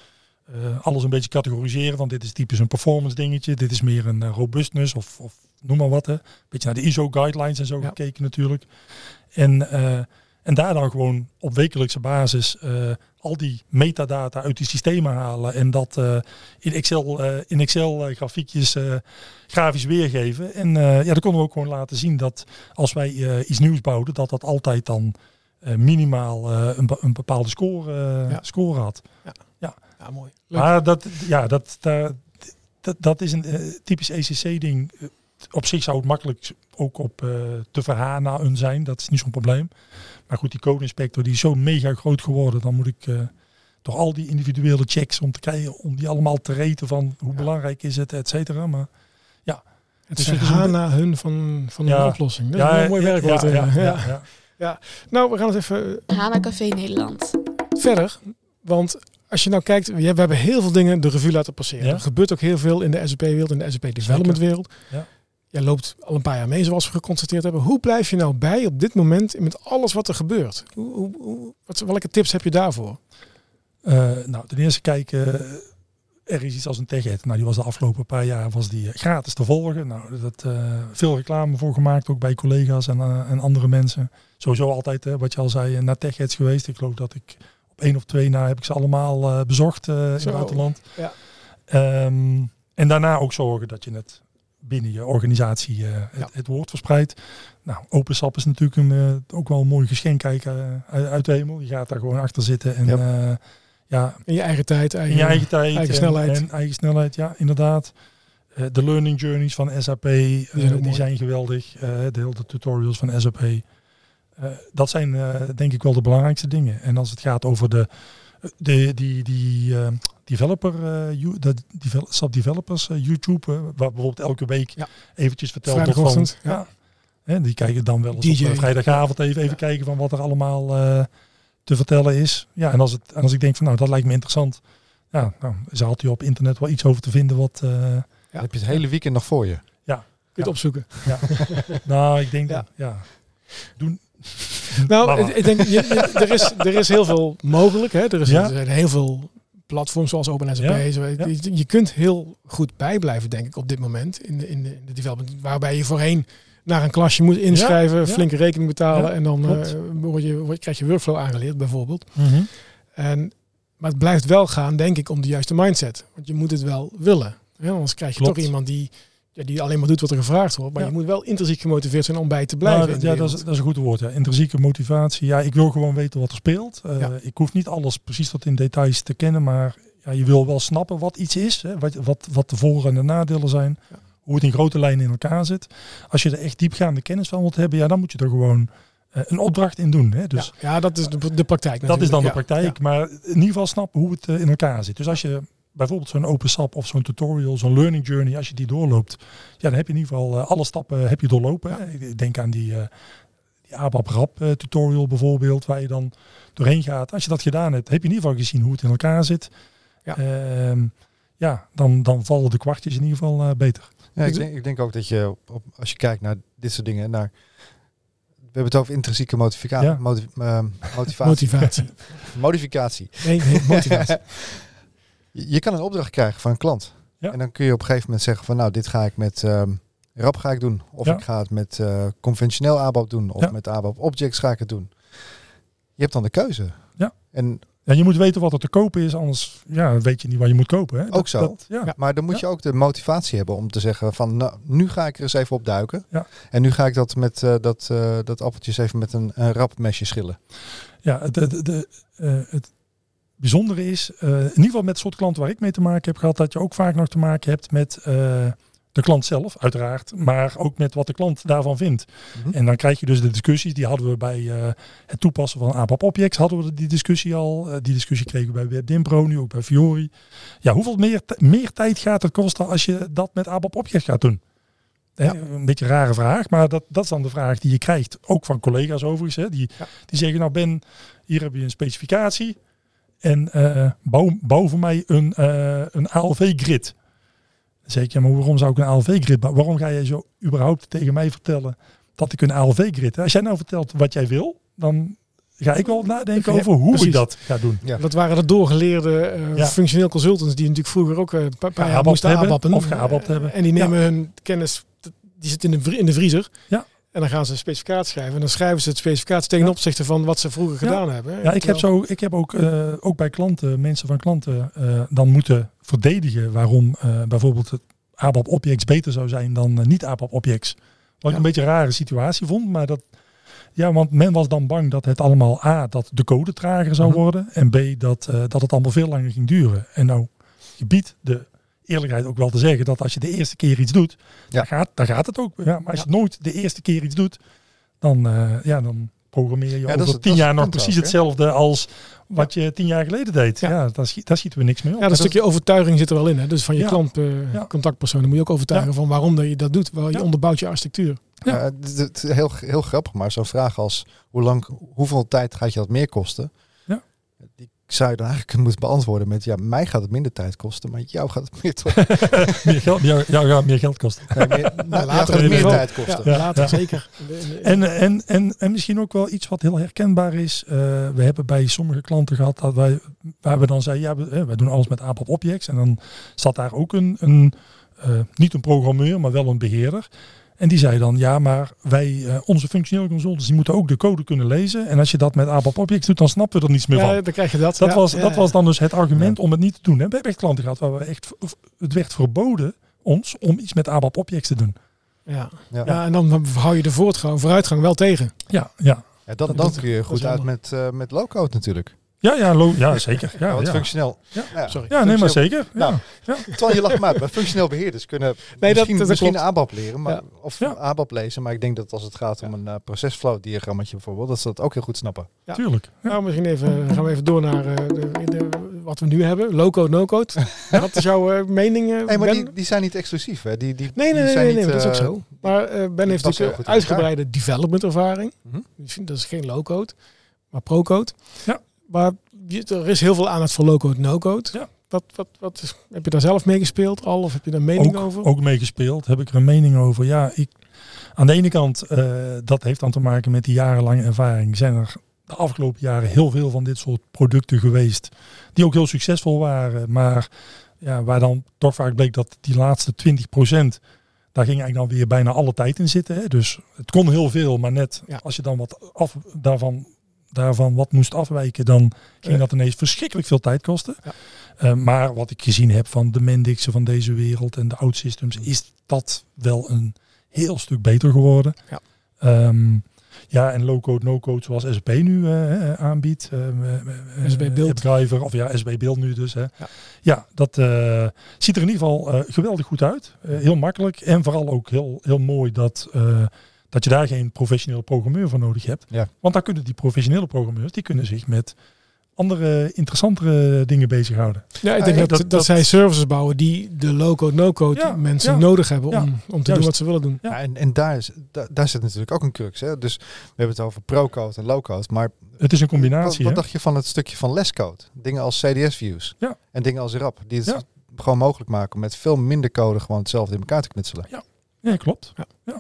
uh, alles een beetje categoriseren. Want dit is typisch een performance dingetje. Dit is meer een uh, robustness of, of noem maar wat. Hè. Beetje naar de I S O guidelines en zo ja. gekeken natuurlijk. En, uh, en daar dan gewoon op wekelijkse basis uh, al die metadata uit die systemen halen. En dat uh, in Excel, uh, in Excel uh, grafiekjes uh, grafisch weergeven. En uh, ja, dan konden we ook gewoon laten zien dat als wij uh, iets nieuws bouwden, dat dat altijd dan uh, minimaal uh, een, een bepaalde score, uh, ja. score had. Ja, ja. ja mooi. Leuk. Maar dat, ja, dat, dat, dat, dat is een uh, typisch E C C-ding. Op zich zou het makkelijk ook op uh, te verhalen zijn. Dat is niet zo'n probleem. Maar goed, die code inspector die is zo mega groot geworden. Dan moet ik uh, toch al die individuele checks om te krijgen. Om die allemaal te reten van hoe ja. belangrijk is het, et cetera. Maar ja. Het is dus verhalen hun van, van ja. een oplossing. Dat ja, is een mooi werkwoord. Ja, ja, ja, ja. ja, ja. ja. Nou, we gaan het even... HANA Café Nederland. Verder. Want als je nou kijkt, we hebben heel veel dingen de revue laten passeren. Ja. Er gebeurt ook heel veel in de S A P-wereld, in de S A P-development-wereld. Ja. Jij loopt al een paar jaar mee, zoals we geconstateerd hebben. Hoe blijf je nou bij op dit moment met alles wat er gebeurt? Hoe, hoe, hoe, wat, welke tips heb je daarvoor? Uh, nou, ten eerste kijken, uh, er is iets als een TechEd. Nou, die was de afgelopen paar jaar was die uh, gratis te volgen. Nou, dat uh, veel reclame voor gemaakt, ook bij collega's en, uh, en andere mensen. Sowieso altijd, uh, wat je al zei, uh, naar TechEds geweest. Ik geloof dat ik op één of twee na heb ik ze allemaal uh, bezocht uh, in het buitenland. Ja. Um, en daarna ook zorgen dat je het binnen je organisatie uh, het, ja. het woord verspreidt. Nou, OpenSAP is natuurlijk een, uh, ook wel een mooi geschenk uh, uit, uit de hemel. Je gaat daar gewoon achter zitten en ja. Uh, ja, in je eigen tijd, eigen, in je eigen tijd, eigen en, snelheid. En eigen snelheid, ja, inderdaad. Uh, de learning journeys van S A P, uh, die, zijn, die zijn geweldig. Uh, de hele tutorials van S A P. Uh, dat zijn uh, denk ik wel de belangrijkste dingen. En als het gaat over de, de die, die uh, developer, uh, de devel- SAP developers uh, YouTube, uh, waar bijvoorbeeld elke week ja. eventjes verteld wordt van, ja. ja, hè, die kijken dan wel eens op uh, vrijdagavond even, even ja. kijken van wat er allemaal uh, te vertellen is. Ja, en als, het, en als ik denk van nou, dat lijkt me interessant. Ja, nou, ze had u op internet wel iets over te vinden wat... Uh, ja. Dan heb je het hele weekend nog voor je. Ja. Kun je het ja. opzoeken. Ja. Nou, ik denk ja. dat, ja. Doen... Nou, ik denk, je, je, er, is, er is heel veel mogelijk. Hè? Er, is, ja. er zijn heel veel platforms zoals OpenSAP. Ja. Zo, ja. je, je kunt heel goed bijblijven, denk ik, op dit moment in de, in de, in de development. Waarbij je voorheen naar een klasje moet inschrijven, ja. flinke rekening betalen. Ja. En dan uh, word je, word, krijg je workflow aangeleerd, bijvoorbeeld. Mm-hmm. En, maar het blijft wel gaan, denk ik, om de juiste mindset. Want je moet het wel willen. Hè? Anders krijg je Klopt. toch iemand die... Ja, die alleen maar doet wat er gevraagd wordt. Maar ja. je moet wel intrinsiek gemotiveerd zijn om bij te blijven. Nou, ja, dat is, dat is een goed woord. Ja. Intrinsieke motivatie. Ja, ik wil gewoon weten wat er speelt. Uh, ja. Ik hoef niet alles precies tot in details te kennen. Maar ja, je wil wel snappen wat iets is. Hè, wat, wat, wat de voor- en de nadelen zijn. Ja. Hoe het in grote lijnen in elkaar zit. Als je er echt diepgaande kennis van wilt hebben. Ja, dan moet je er gewoon uh, een opdracht in doen. Hè. Dus, ja, ja, dat is de, de praktijk. Dat is dan de ja. praktijk. Ja. Maar in ieder geval snappen hoe het uh, in elkaar zit. Dus als je... bijvoorbeeld zo'n OpenSAP of zo'n tutorial, zo'n learning journey, als je die doorloopt, ja, dan heb je in ieder geval uh, alle stappen heb je doorlopen. Ja. Ik denk aan die, uh, die A B A P-rap uh, tutorial bijvoorbeeld, waar je dan doorheen gaat. Als je dat gedaan hebt, heb je in ieder geval gezien hoe het in elkaar zit. Ja, uh, ja dan, dan vallen de kwartjes in ieder geval uh, beter. Ja, ik, denk, ik denk ook dat je, op, op, als je kijkt naar dit soort dingen, naar... We hebben het over intrinsieke motivatie. Ja. Motiv- uh, motivatie. Motivatie. Modificatie. Nee, nee, motivatie. Je kan een opdracht krijgen van een klant. Ja. En dan kun je op een gegeven moment zeggen van nou, dit ga ik met um, rap ga ik doen. Of ja. ik ga het met uh, conventioneel A B A P doen. Of ja. met A B A P Objects ga ik het doen. Je hebt dan de keuze. Ja. En ja, je moet weten wat er te kopen is, anders ja, weet je niet wat je moet kopen. Hè? Ook dat, zo. Dat, ja. Maar dan moet ja. je ook de motivatie hebben om te zeggen van nou, nu ga ik er eens even op duiken. Ja. En nu ga ik dat met uh, dat, uh, dat appeltjes even met een, een rap mesje schillen. Ja, de, de, de, uh, het bijzondere is, uh, in ieder geval met het soort klanten waar ik mee te maken heb gehad, dat je ook vaak nog te maken hebt met uh, de klant zelf, uiteraard, maar ook met wat de klant daarvan vindt. Mm-hmm. En dan krijg je dus de discussies, die hadden we bij uh, het toepassen van A B A P Objects, hadden we die discussie al. Uh, die discussie kregen we bij WebDimpro, nu ook bij Fiori. Ja, hoeveel meer, t- meer tijd gaat het kosten als je dat met A B A P Objects gaat doen? Ja. Hè, een beetje een rare vraag, maar dat, dat is dan de vraag die je krijgt, ook van collega's overigens. Hè, die, ja. die zeggen, nou Ben, hier heb je een specificatie. En uh, bouw, bouw voor mij een, uh, een A L V-grid. Dan zeg ik, ja, maar waarom zou ik een A L V-grid bouwen? Waarom ga jij zo überhaupt tegen mij vertellen dat ik een A L V-grid heb? Als jij nou vertelt wat jij wil, dan ga ik wel nadenken Ja, over hoe precies. ik dat ga doen. Ja. Dat waren de doorgeleerde uh, Ja. functioneel consultants die natuurlijk vroeger ook een paar, paar jaar Geabapt moesten hebben, abappen. of geabapt hebben. En die nemen hun kennis, die zit in de, vri- in de vriezer. Ja. En dan gaan ze een specificaat schrijven. En dan schrijven ze het specificaat tegen Ja. opzichte van wat ze vroeger Ja. gedaan hebben. Ja, ik heb, zo, ik heb ook, uh, ook bij klanten, mensen van klanten, uh, dan moeten verdedigen waarom uh, bijvoorbeeld het A B A P-objects beter zou zijn dan uh, niet-A B A P-objects. Wat ik Ja. een beetje een rare situatie vond, maar dat, ja, want men was dan bang dat het allemaal A, dat de code trager zou Mm-hmm. worden en B, dat, uh, dat het allemaal veel langer ging duren. En nou, je biedt de eerlijkheid ook wel te zeggen dat als je de eerste keer iets doet, Ja. dan, gaat, dan gaat het ook. Ja, maar als Ja. je nooit de eerste keer iets doet, dan, uh, ja, dan programmeer je Ja, dat is over het- tien dat is jaar het nog punt precies ook, hè? hetzelfde als wat je tien jaar geleden deed. Ja. Ja, daar, schiet, daar schieten we niks meer op. Ja, dat Dat stukje overtuiging zit er wel in. Hè? Dus van je Ja. klant, uh, Ja. contactpersonen moet je ook overtuigen Ja. van waarom dat je dat doet. Wel, je Ja. onderbouwt je architectuur. Ja. Ja, het, het is heel, heel grappig, maar zo'n vraag als hoe lang, hoeveel tijd gaat je dat meer kosten? Ja. Die zou je dan eigenlijk moeten beantwoorden met ja, mij gaat het minder tijd kosten, maar jou gaat het meer, toch, meer, geld, jou, jou gaat meer geld kosten. nee, meer, nou, jou later gaat het meer wel. tijd kosten. Ja, Ja, later ja. zeker. In de- in de- En, en, en, en misschien ook wel iets wat heel herkenbaar is. Uh, we hebben bij sommige klanten gehad dat wij, waar we dan zeiden, ja, we, eh, wij doen alles met A B A P Objects. En dan zat daar ook een, een uh, niet een programmeur, maar wel een beheerder. En die zei dan, ja, maar wij, uh, onze functionele consultants, die moeten ook de code kunnen lezen. En als je dat met A B A P Objects doet, dan snappen we er niets meer ja, van. dan krijg je dat. Dat, Ja, was, ja, dat ja. was dan dus het argument om het niet te doen. Hè. We hebben echt klanten gehad waar we echt, het werd verboden ons om iets met A B A P Objects te doen. Ja. Ja. Ja, en dan hou je de voortgang, vooruitgang wel tegen. Ja, ja. Ja, dan, Dat- dan dat- kun je dat goed is uit jammer. met, uh, met low-code natuurlijk. Ja, ja, lo- ja zeker. Ja, Ja, want ja. functioneel. Ja. Nou Sorry. Ja, nee, maar functioneel- zeker. Ja. Nou, Terwijl je lacht maar uit, maar functioneel beheerders kunnen Nee, dat- misschien, dat misschien klopt. A B A P leren, maar, Ja. of Ja. A B A P lezen, maar ik denk dat als het gaat om een uh, procesflow diagrammetje bijvoorbeeld, dat ze dat ook heel goed snappen. Ja. Tuurlijk. Ja. Nou, misschien even, gaan we even door naar uh, de, de, wat we nu hebben. Low-code, no-code. Wat is jouw uh, mening? Uh, Nee, maar Ben? die, die zijn niet exclusief. Hè? Die, die, Nee, nee, die nee, zijn nee, nee, niet, dat is ook uh, zo. Maar uh, Ben heeft passen heel natuurlijk goed een in uitgebreide development ervaring. Mhm. Dus dat is geen low-code, maar pro-code. Ja. Maar je- er is heel veel aandacht voor low-code, no-code. Ja. Wat, wat, wat is, heb je daar zelf mee gespeeld al? Of heb je daar een mening Ook, over? ook meegespeeld. Heb ik er een mening over? Ja, ik, aan de ene kant, uh, dat heeft dan te maken met die jarenlange ervaring. Zijn er de afgelopen jaren heel veel van dit soort producten geweest. Die ook heel succesvol waren. Maar ja, waar dan toch vaak bleek dat die laatste twintig procent... Daar ging eigenlijk dan weer bijna alle tijd in zitten. Hè. Dus het kon heel veel. Maar net Ja. als je dan wat af, daarvan, daarvan wat moest afwijken... dan ging Ja. dat ineens verschrikkelijk veel tijd kosten. Ja. Uh, maar wat ik gezien heb van de Mendixen van deze wereld en de OutSystems... is dat wel een heel stuk beter geworden. Ja. Um, ja, en low-code, no-code zoals S A P nu uh, aanbiedt. Uh, S A P Build. AppDriver, of ja, S A P Build nu dus. Hè. Ja. Ja, dat uh, ziet er in ieder geval uh, geweldig goed uit. Uh, heel makkelijk en vooral ook heel, heel mooi dat, uh, dat je daar geen professionele programmeur voor nodig hebt. Ja. Want dan kunnen die professionele programmeurs, die kunnen zich met andere interessantere dingen bezighouden. Ja, ik Ja, denk ja, dat, dat, dat- dat- zij services bouwen die de low-code, no-code Ja, mensen ja, nodig hebben ja, om, om te juist. doen wat ze willen doen. Ja. Ja, en en daar, is, da, daar zit natuurlijk ook een crux. Hè? Dus we hebben het over pro-code en low-code, maar Het is een wat, combinatie. wat hè? dacht je van het stukje van lescode? Dingen als C D S-views Ja. en dingen als R A P, die het Ja. gewoon mogelijk maken om met veel minder code gewoon hetzelfde in elkaar te knutselen. Ja, klopt.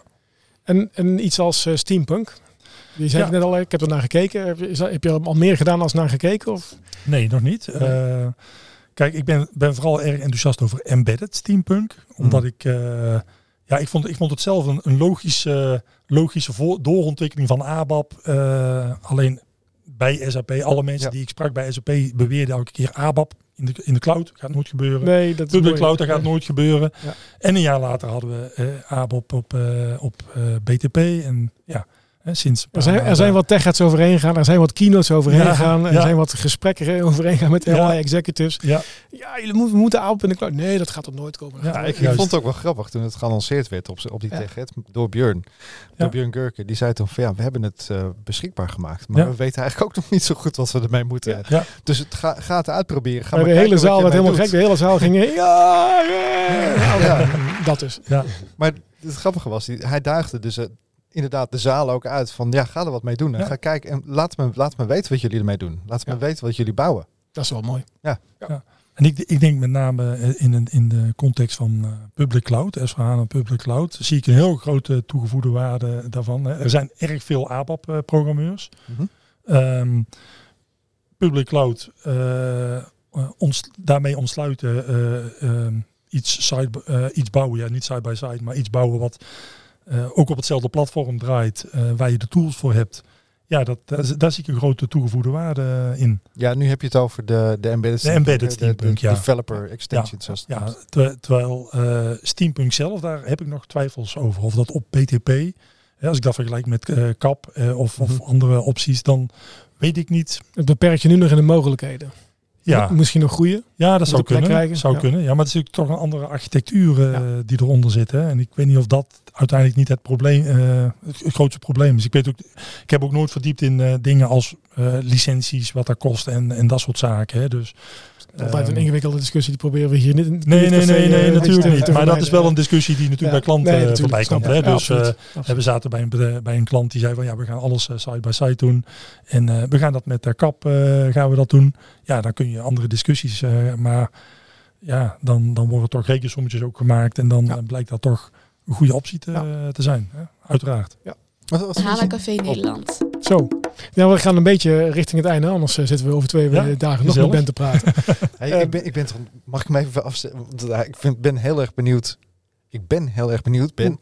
En, en iets als uh, steampunk. Je zei Ja. het net al, ik heb er naar gekeken. Heb je, is dat- heb je er al meer gedaan als naar gekeken? Of? Nee, nog niet. Uh, kijk, ik ben, ben vooral erg enthousiast over embedded steampunk. Omdat Mm. ik... Uh, ja, ik vond, ik vond het zelf een, een logische, logische voor, doorontwikkeling van A B A P. Uh, alleen bij S A P, alle mensen Ja. die ik sprak bij S A P beweerden elke keer A B A P in de, in de cloud. Gaat nooit gebeuren. Nee, dat is Public mooi. cloud, dat gaat nooit gebeuren. Ja. En een jaar later hadden we uh, A B A P op, uh, op uh, B T P. En ja, hè, sinds... Er zijn, er zijn wat tech-heads overheen gaan, er zijn wat keynotes overheen Ja, gaan, er ja. zijn wat gesprekken overheen gaan met Ja. allerlei executives. Ja, Ja, jullie moeten, moeten A P in de cloud. Nee, dat gaat er nooit komen. Dat Ja, gaat er Ja, ik, nooit ik Juist. vond het ook wel grappig toen het geannonceerd werd op, z'n- op die Ja. Tech Ed door Björn. Ja. Door Björn Gurken. Die zei toen van ja, we hebben het uh, beschikbaar gemaakt. Maar Ja. we weten eigenlijk ook nog niet zo goed wat we ermee moeten. Ja. ja. Dus het ga, ga het uitproberen. Ga Maar maar de hele kijken zaal wat werd je helemaal ermee gek. De hele zaal ging... Ja, ja, Ja. Dat dus. ja. Maar het grappige was, die, hij daagde dus uh, inderdaad de zaal ook uit van ja, ga er wat mee doen. En Ja. ga kijken en laat me, laat me weten wat jullie ermee doen. Laat me Ja. weten wat jullie bouwen. Dat is wel mooi. En ik, ik denk met name in, een, in de context van uh, public cloud, S vier HANA public cloud, zie ik een heel grote toegevoegde waarde daarvan. Hè. Er zijn erg veel A B A P-programmeurs. Mhm. Um, public cloud, uh, ons, daarmee ontsluiten, uh, um, iets, side, uh, iets bouwen, ja niet side by side, maar iets bouwen wat uh, ook op hetzelfde platform draait, uh, waar je de tools voor hebt. Ja, dat, daar, daar zie ik een grote toegevoegde waarde in. Ja, nu heb je het over de, de embedded, de embedded Steampunk, Steampunk, de, de ja. developer extension. Ja, ja ter, terwijl uh, Steampunk zelf, daar heb ik nog twijfels over. Of dat op B T P, hè, als ik dat vergelijk met uh, C A P uh, of, of andere opties, dan weet ik niet. Het beperkt je nu nog in de mogelijkheden. Ja. Misschien nog groeien. Ja, dat zou kunnen. Krijgen. zou ja. kunnen. Ja, maar het is natuurlijk toch een andere architectuur uh, ja. die eronder zit. Hè? En ik weet niet of dat uiteindelijk niet het probleem, uh, het grootste probleem is. Ik weet ook, ik heb ook nooit verdiept in uh, dingen als uh, licenties, wat dat kost en, en dat soort zaken. Hè? Dus altijd een ingewikkelde discussie, die proberen we hier niet in. Nee, nee, nee, nee, uh, natuurlijk niet. Maar dat is wel ja. een discussie die natuurlijk ja. bij klanten nee, voorbij komt. Hè? Ja, Dus absoluut, uh, absoluut. we zaten bij een, bij een klant die zei van ja, we gaan alles uh, side by side doen. En uh, we gaan dat met uh, C A P uh, gaan we dat doen. Ja, dan kun je andere discussies, uh, maar ja, dan, dan worden toch rekensommetjes ook gemaakt. En dan ja. uh, blijkt dat toch een goede optie te, ja. te zijn. Hè? Uiteraard. Ja. Hala Café Nederland. Zo. Ja, we gaan een beetje richting het einde. Anders uh, zitten we over twee ja, dagen nog met Ben te praten. Hey, um, ik ben, ik ben toch, mag ik hem even afzetten? Ik vind, ben heel erg benieuwd. Ik ben heel erg benieuwd, Ben.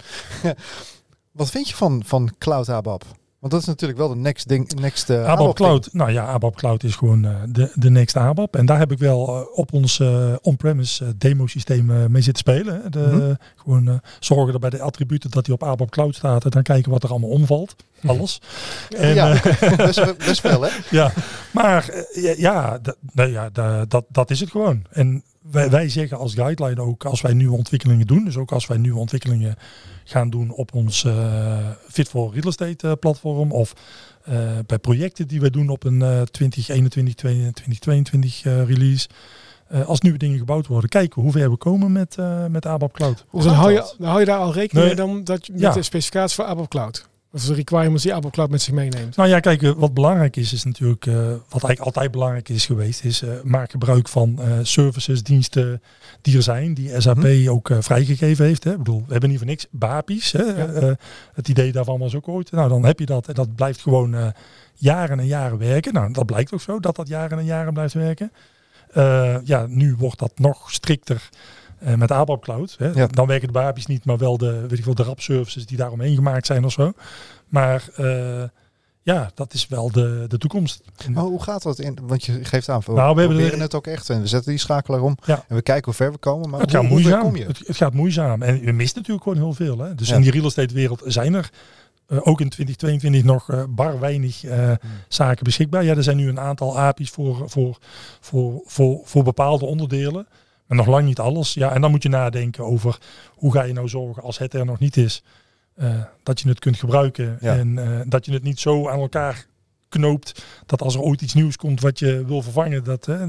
Wat vind je van, van Cloud A B A P? Want dat is natuurlijk wel de next ding, next uh, A B A P Cloud. Nou ja, A B A P Cloud is gewoon uh, de, de next A B A P. En daar heb ik wel uh, op ons uh, on-premise uh, demo systeem uh, mee zitten spelen. Hè. De, mm-hmm. Gewoon uh, zorgen er bij de attributen dat die op A B A P Cloud staat. En dan kijken wat er allemaal omvalt. Alles. En, ja, uh, best, best wel hè? Ja, maar uh, ja, d- nee, ja d- dat, dat is het gewoon. En wij, wij zeggen als guideline ook, als wij nieuwe ontwikkelingen doen. Dus ook als wij nieuwe ontwikkelingen gaan doen op ons uh, Fit for Real Estate uh, platform. Of uh, bij projecten die we doen op een uh, twintig eenentwintig, twintig tweeëntwintig uh, release. Uh, als nieuwe dingen gebouwd worden, kijken hoe ver we komen met, uh, met A B A P Cloud. Dus dan hou, je, dan hou je daar al rekening nee. mee dan dat je met ja. de specificaties voor A B A P Cloud. Of de requirements die A B A P Cloud met zich meeneemt. Nou ja, kijk, wat belangrijk is, is natuurlijk, uh, wat eigenlijk altijd belangrijk is geweest, is uh, maak gebruik van uh, services, diensten die er zijn, die S A P hm. ook uh, vrijgegeven heeft. Hè. Ik bedoel, we hebben niet voor niks B A P I's. Hè. Ja. Uh, het idee daarvan was ook ooit. Nou, dan heb je dat en dat blijft gewoon uh, jaren en jaren werken. Nou, dat blijkt ook zo, dat dat jaren en jaren blijft werken. Uh, ja, nu wordt dat nog strikter. Uh, met A B A P Cloud. Hè. Ja. Dan werken de B A P I's niet, maar wel de, weet ik wel, de R A P-services die daaromheen gemaakt zijn of zo. Maar uh, ja, dat is wel de, de toekomst. Maar hoe gaat dat in? Want je geeft aan, we nou, we proberen de, het ook echt en we zetten die schakelaar om ja. en we kijken hoe ver we komen. Maar het hoe, gaat hoe ver moeizaam. kom je? Het, het gaat moeizaam. En je mist natuurlijk gewoon heel veel. Hè. Dus ja. in die real estate wereld zijn er uh, ook in twintig tweeëntwintig nog uh, bar weinig uh, hmm. zaken beschikbaar. Ja, er zijn nu een aantal A P I's voor, voor, voor, voor, voor bepaalde onderdelen. Maar nog lang niet alles. Ja, en dan moet je nadenken over hoe ga je nou zorgen als het er nog niet is. Uh, dat je het kunt gebruiken. Ja. En uh, dat je het niet zo aan elkaar knoopt. Dat als er ooit iets nieuws komt wat je wil vervangen. Dat, uh,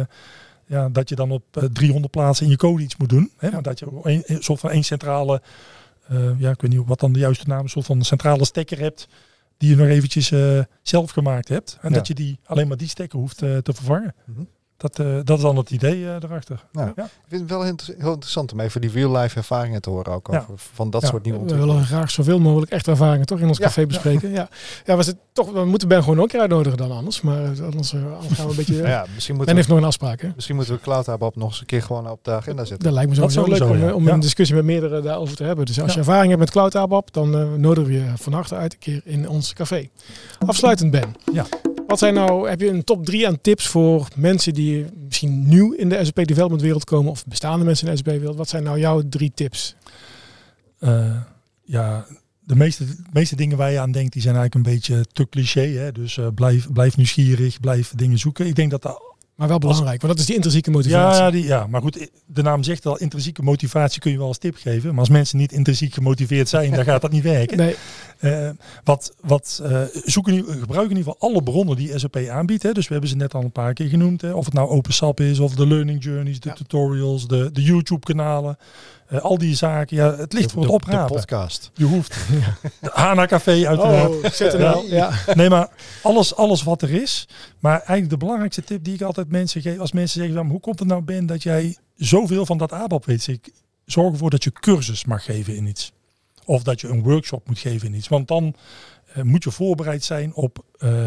ja, dat je dan op uh, driehonderd plaatsen in je code iets moet doen. Hè? Maar dat je een, een soort van één centrale. Uh, ja, ik weet niet wat dan de juiste naam is. Een soort van centrale stekker hebt. Die je nog eventjes uh, zelf gemaakt hebt. En ja. dat je die alleen maar die stekker hoeft uh, te vervangen. Mm-hmm. Dat, uh, dat is dan het idee uh, erachter. Nou, ja. Ik vind het wel inter- heel interessant om even die real-life ervaringen te horen ook over ja. van dat ja. soort nieuwe We willen graag zoveel mogelijk echte ervaringen toch in ons ja. café bespreken. Ja, ja we, toch, we moeten Ben gewoon ook een keer uitnodigen dan anders. Maar anders, uh, anders gaan we een beetje... ja, ja, misschien Ben heeft nog een afspraak. Hè? Misschien moeten we Cloud A B A P nog eens een keer gewoon op de agenda zetten. Dat lijkt me sowieso leuk zo, om, ja. om ja. een discussie met meerdere daarover te hebben. Dus als ja. je ervaring hebt met Cloud A B A P, dan uh, nodigen we je van harte uit een keer in ons café. Afsluitend Ben. Ja. Wat zijn nou, heb je een top drie aan tips voor mensen die misschien nieuw in de S A P development wereld komen of bestaande mensen in de S A P wereld? Wat zijn nou jouw drie tips? Uh, ja, de meeste, de meeste dingen waar je aan denkt, die zijn eigenlijk een beetje te cliché. Hè? Dus uh, blijf, blijf nieuwsgierig, blijf dingen zoeken. Ik denk dat dat... Maar wel belangrijk, want dat is die intrinsieke motivatie. Ja, die, ja, maar goed, de naam zegt al, intrinsieke motivatie kun je wel als tip geven. Maar als mensen niet intrinsiek gemotiveerd zijn, dan gaat dat niet werken. Nee. Uh, wat, wat, uh, zoeken, gebruik in ieder geval alle bronnen die S A P aanbiedt. Hè. Dus we hebben ze net al een paar keer genoemd. Hè. Of het nou OpenSAP is, of de learning journeys, de ja. tutorials, de, de YouTube kanalen. Uh, al die zaken, ja, het ligt de, voor het oprapen. De podcast. Je hoeft. De Hana Café uiteraard. Oh, zet er wel. Ja. Nee, maar alles, alles wat er is. Maar eigenlijk de belangrijkste tip die ik altijd mensen geef, als mensen zeggen, dan, hoe komt het nou, Ben, dat jij zoveel van dat A B A P weet? Ik zorg ervoor dat je cursus mag geven in iets. Of dat je een workshop moet geven in iets. Want dan uh, moet je voorbereid zijn op uh,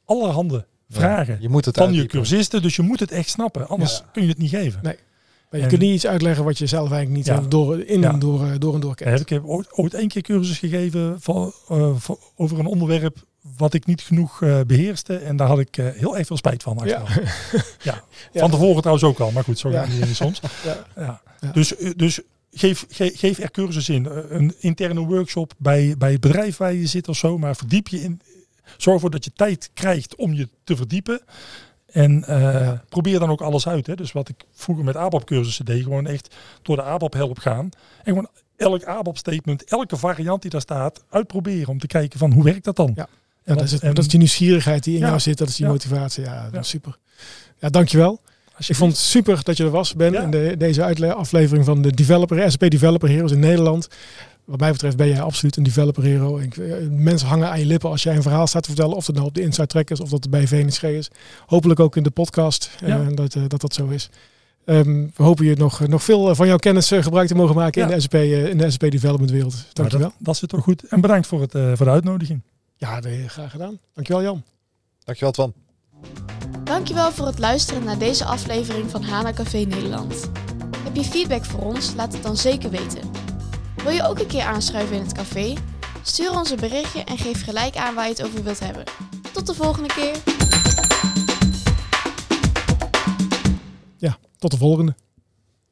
allerhande vragen Ja, je moet het van je uitdiepen. cursisten. Dus je moet het echt snappen. Anders Ja. kun je het niet geven. Nee. Maar je En- kunt niet iets uitleggen wat je zelf eigenlijk niet Ja. uh, door, in Ja. en door, uh, door en door kent. Ja, ik heb ooit, ooit één keer cursus gegeven van, uh, van, over een onderwerp wat ik niet genoeg uh, beheerste. En daar had ik uh, heel erg veel spijt van. Ja. Ja. Ja. Ja. Van tevoren trouwens ook al. Maar goed, zo Ja. gaan die dingen soms. Ja. Ja. Ja. Dus, uh, dus geef, ge, geef er cursus in. Uh, een interne workshop bij, bij het bedrijf waar je zit of zo. Maar verdiep je in. Zorg ervoor dat je tijd krijgt om je te verdiepen. En uh, Ja. probeer dan ook alles uit. Hè. Dus wat ik vroeger met A B A P-cursussen deed, gewoon echt door de A B A P-help gaan. En gewoon elk A B A P-statement, elke variant die daar staat, uitproberen om te kijken van hoe werkt dat dan. Ja. En Ja, dat, is het, en- dat is die nieuwsgierigheid die in Ja. jou zit. Dat is die Ja. motivatie. Ja, dat Ja. is super. Ja, dankjewel. als Ik vond het super dat je er was, Ben, Ja. in de, deze uitle- aflevering van de Developer, S A P Developer Heroes in Nederland. Wat mij betreft ben jij absoluut een developer hero. Ik, eh, mensen hangen aan je lippen als jij een verhaal staat te vertellen. Of dat nou op de Inside Trackers of dat het bij V N S G is. Hopelijk ook in de podcast eh, Ja. dat, uh, dat dat zo is. Um, we hopen je nog, nog veel van jouw kennis uh, gebruik te mogen maken Ja. in de S A P, uh, in de S A P Development wereld. Nou, Dankjewel. dat, dat zit toch goed. En bedankt voor, het, uh, voor de uitnodiging. Ja, dat heb je graag gedaan. Dankjewel, Jan. Dankjewel, Twan. Dankjewel voor het luisteren naar deze aflevering van HANA Café Nederland. Heb je feedback voor ons? Laat het dan zeker weten. Wil je ook een keer aanschuiven in het café? Stuur ons een berichtje en geef gelijk aan waar je het over wilt hebben. Tot de volgende keer! Ja, tot de volgende.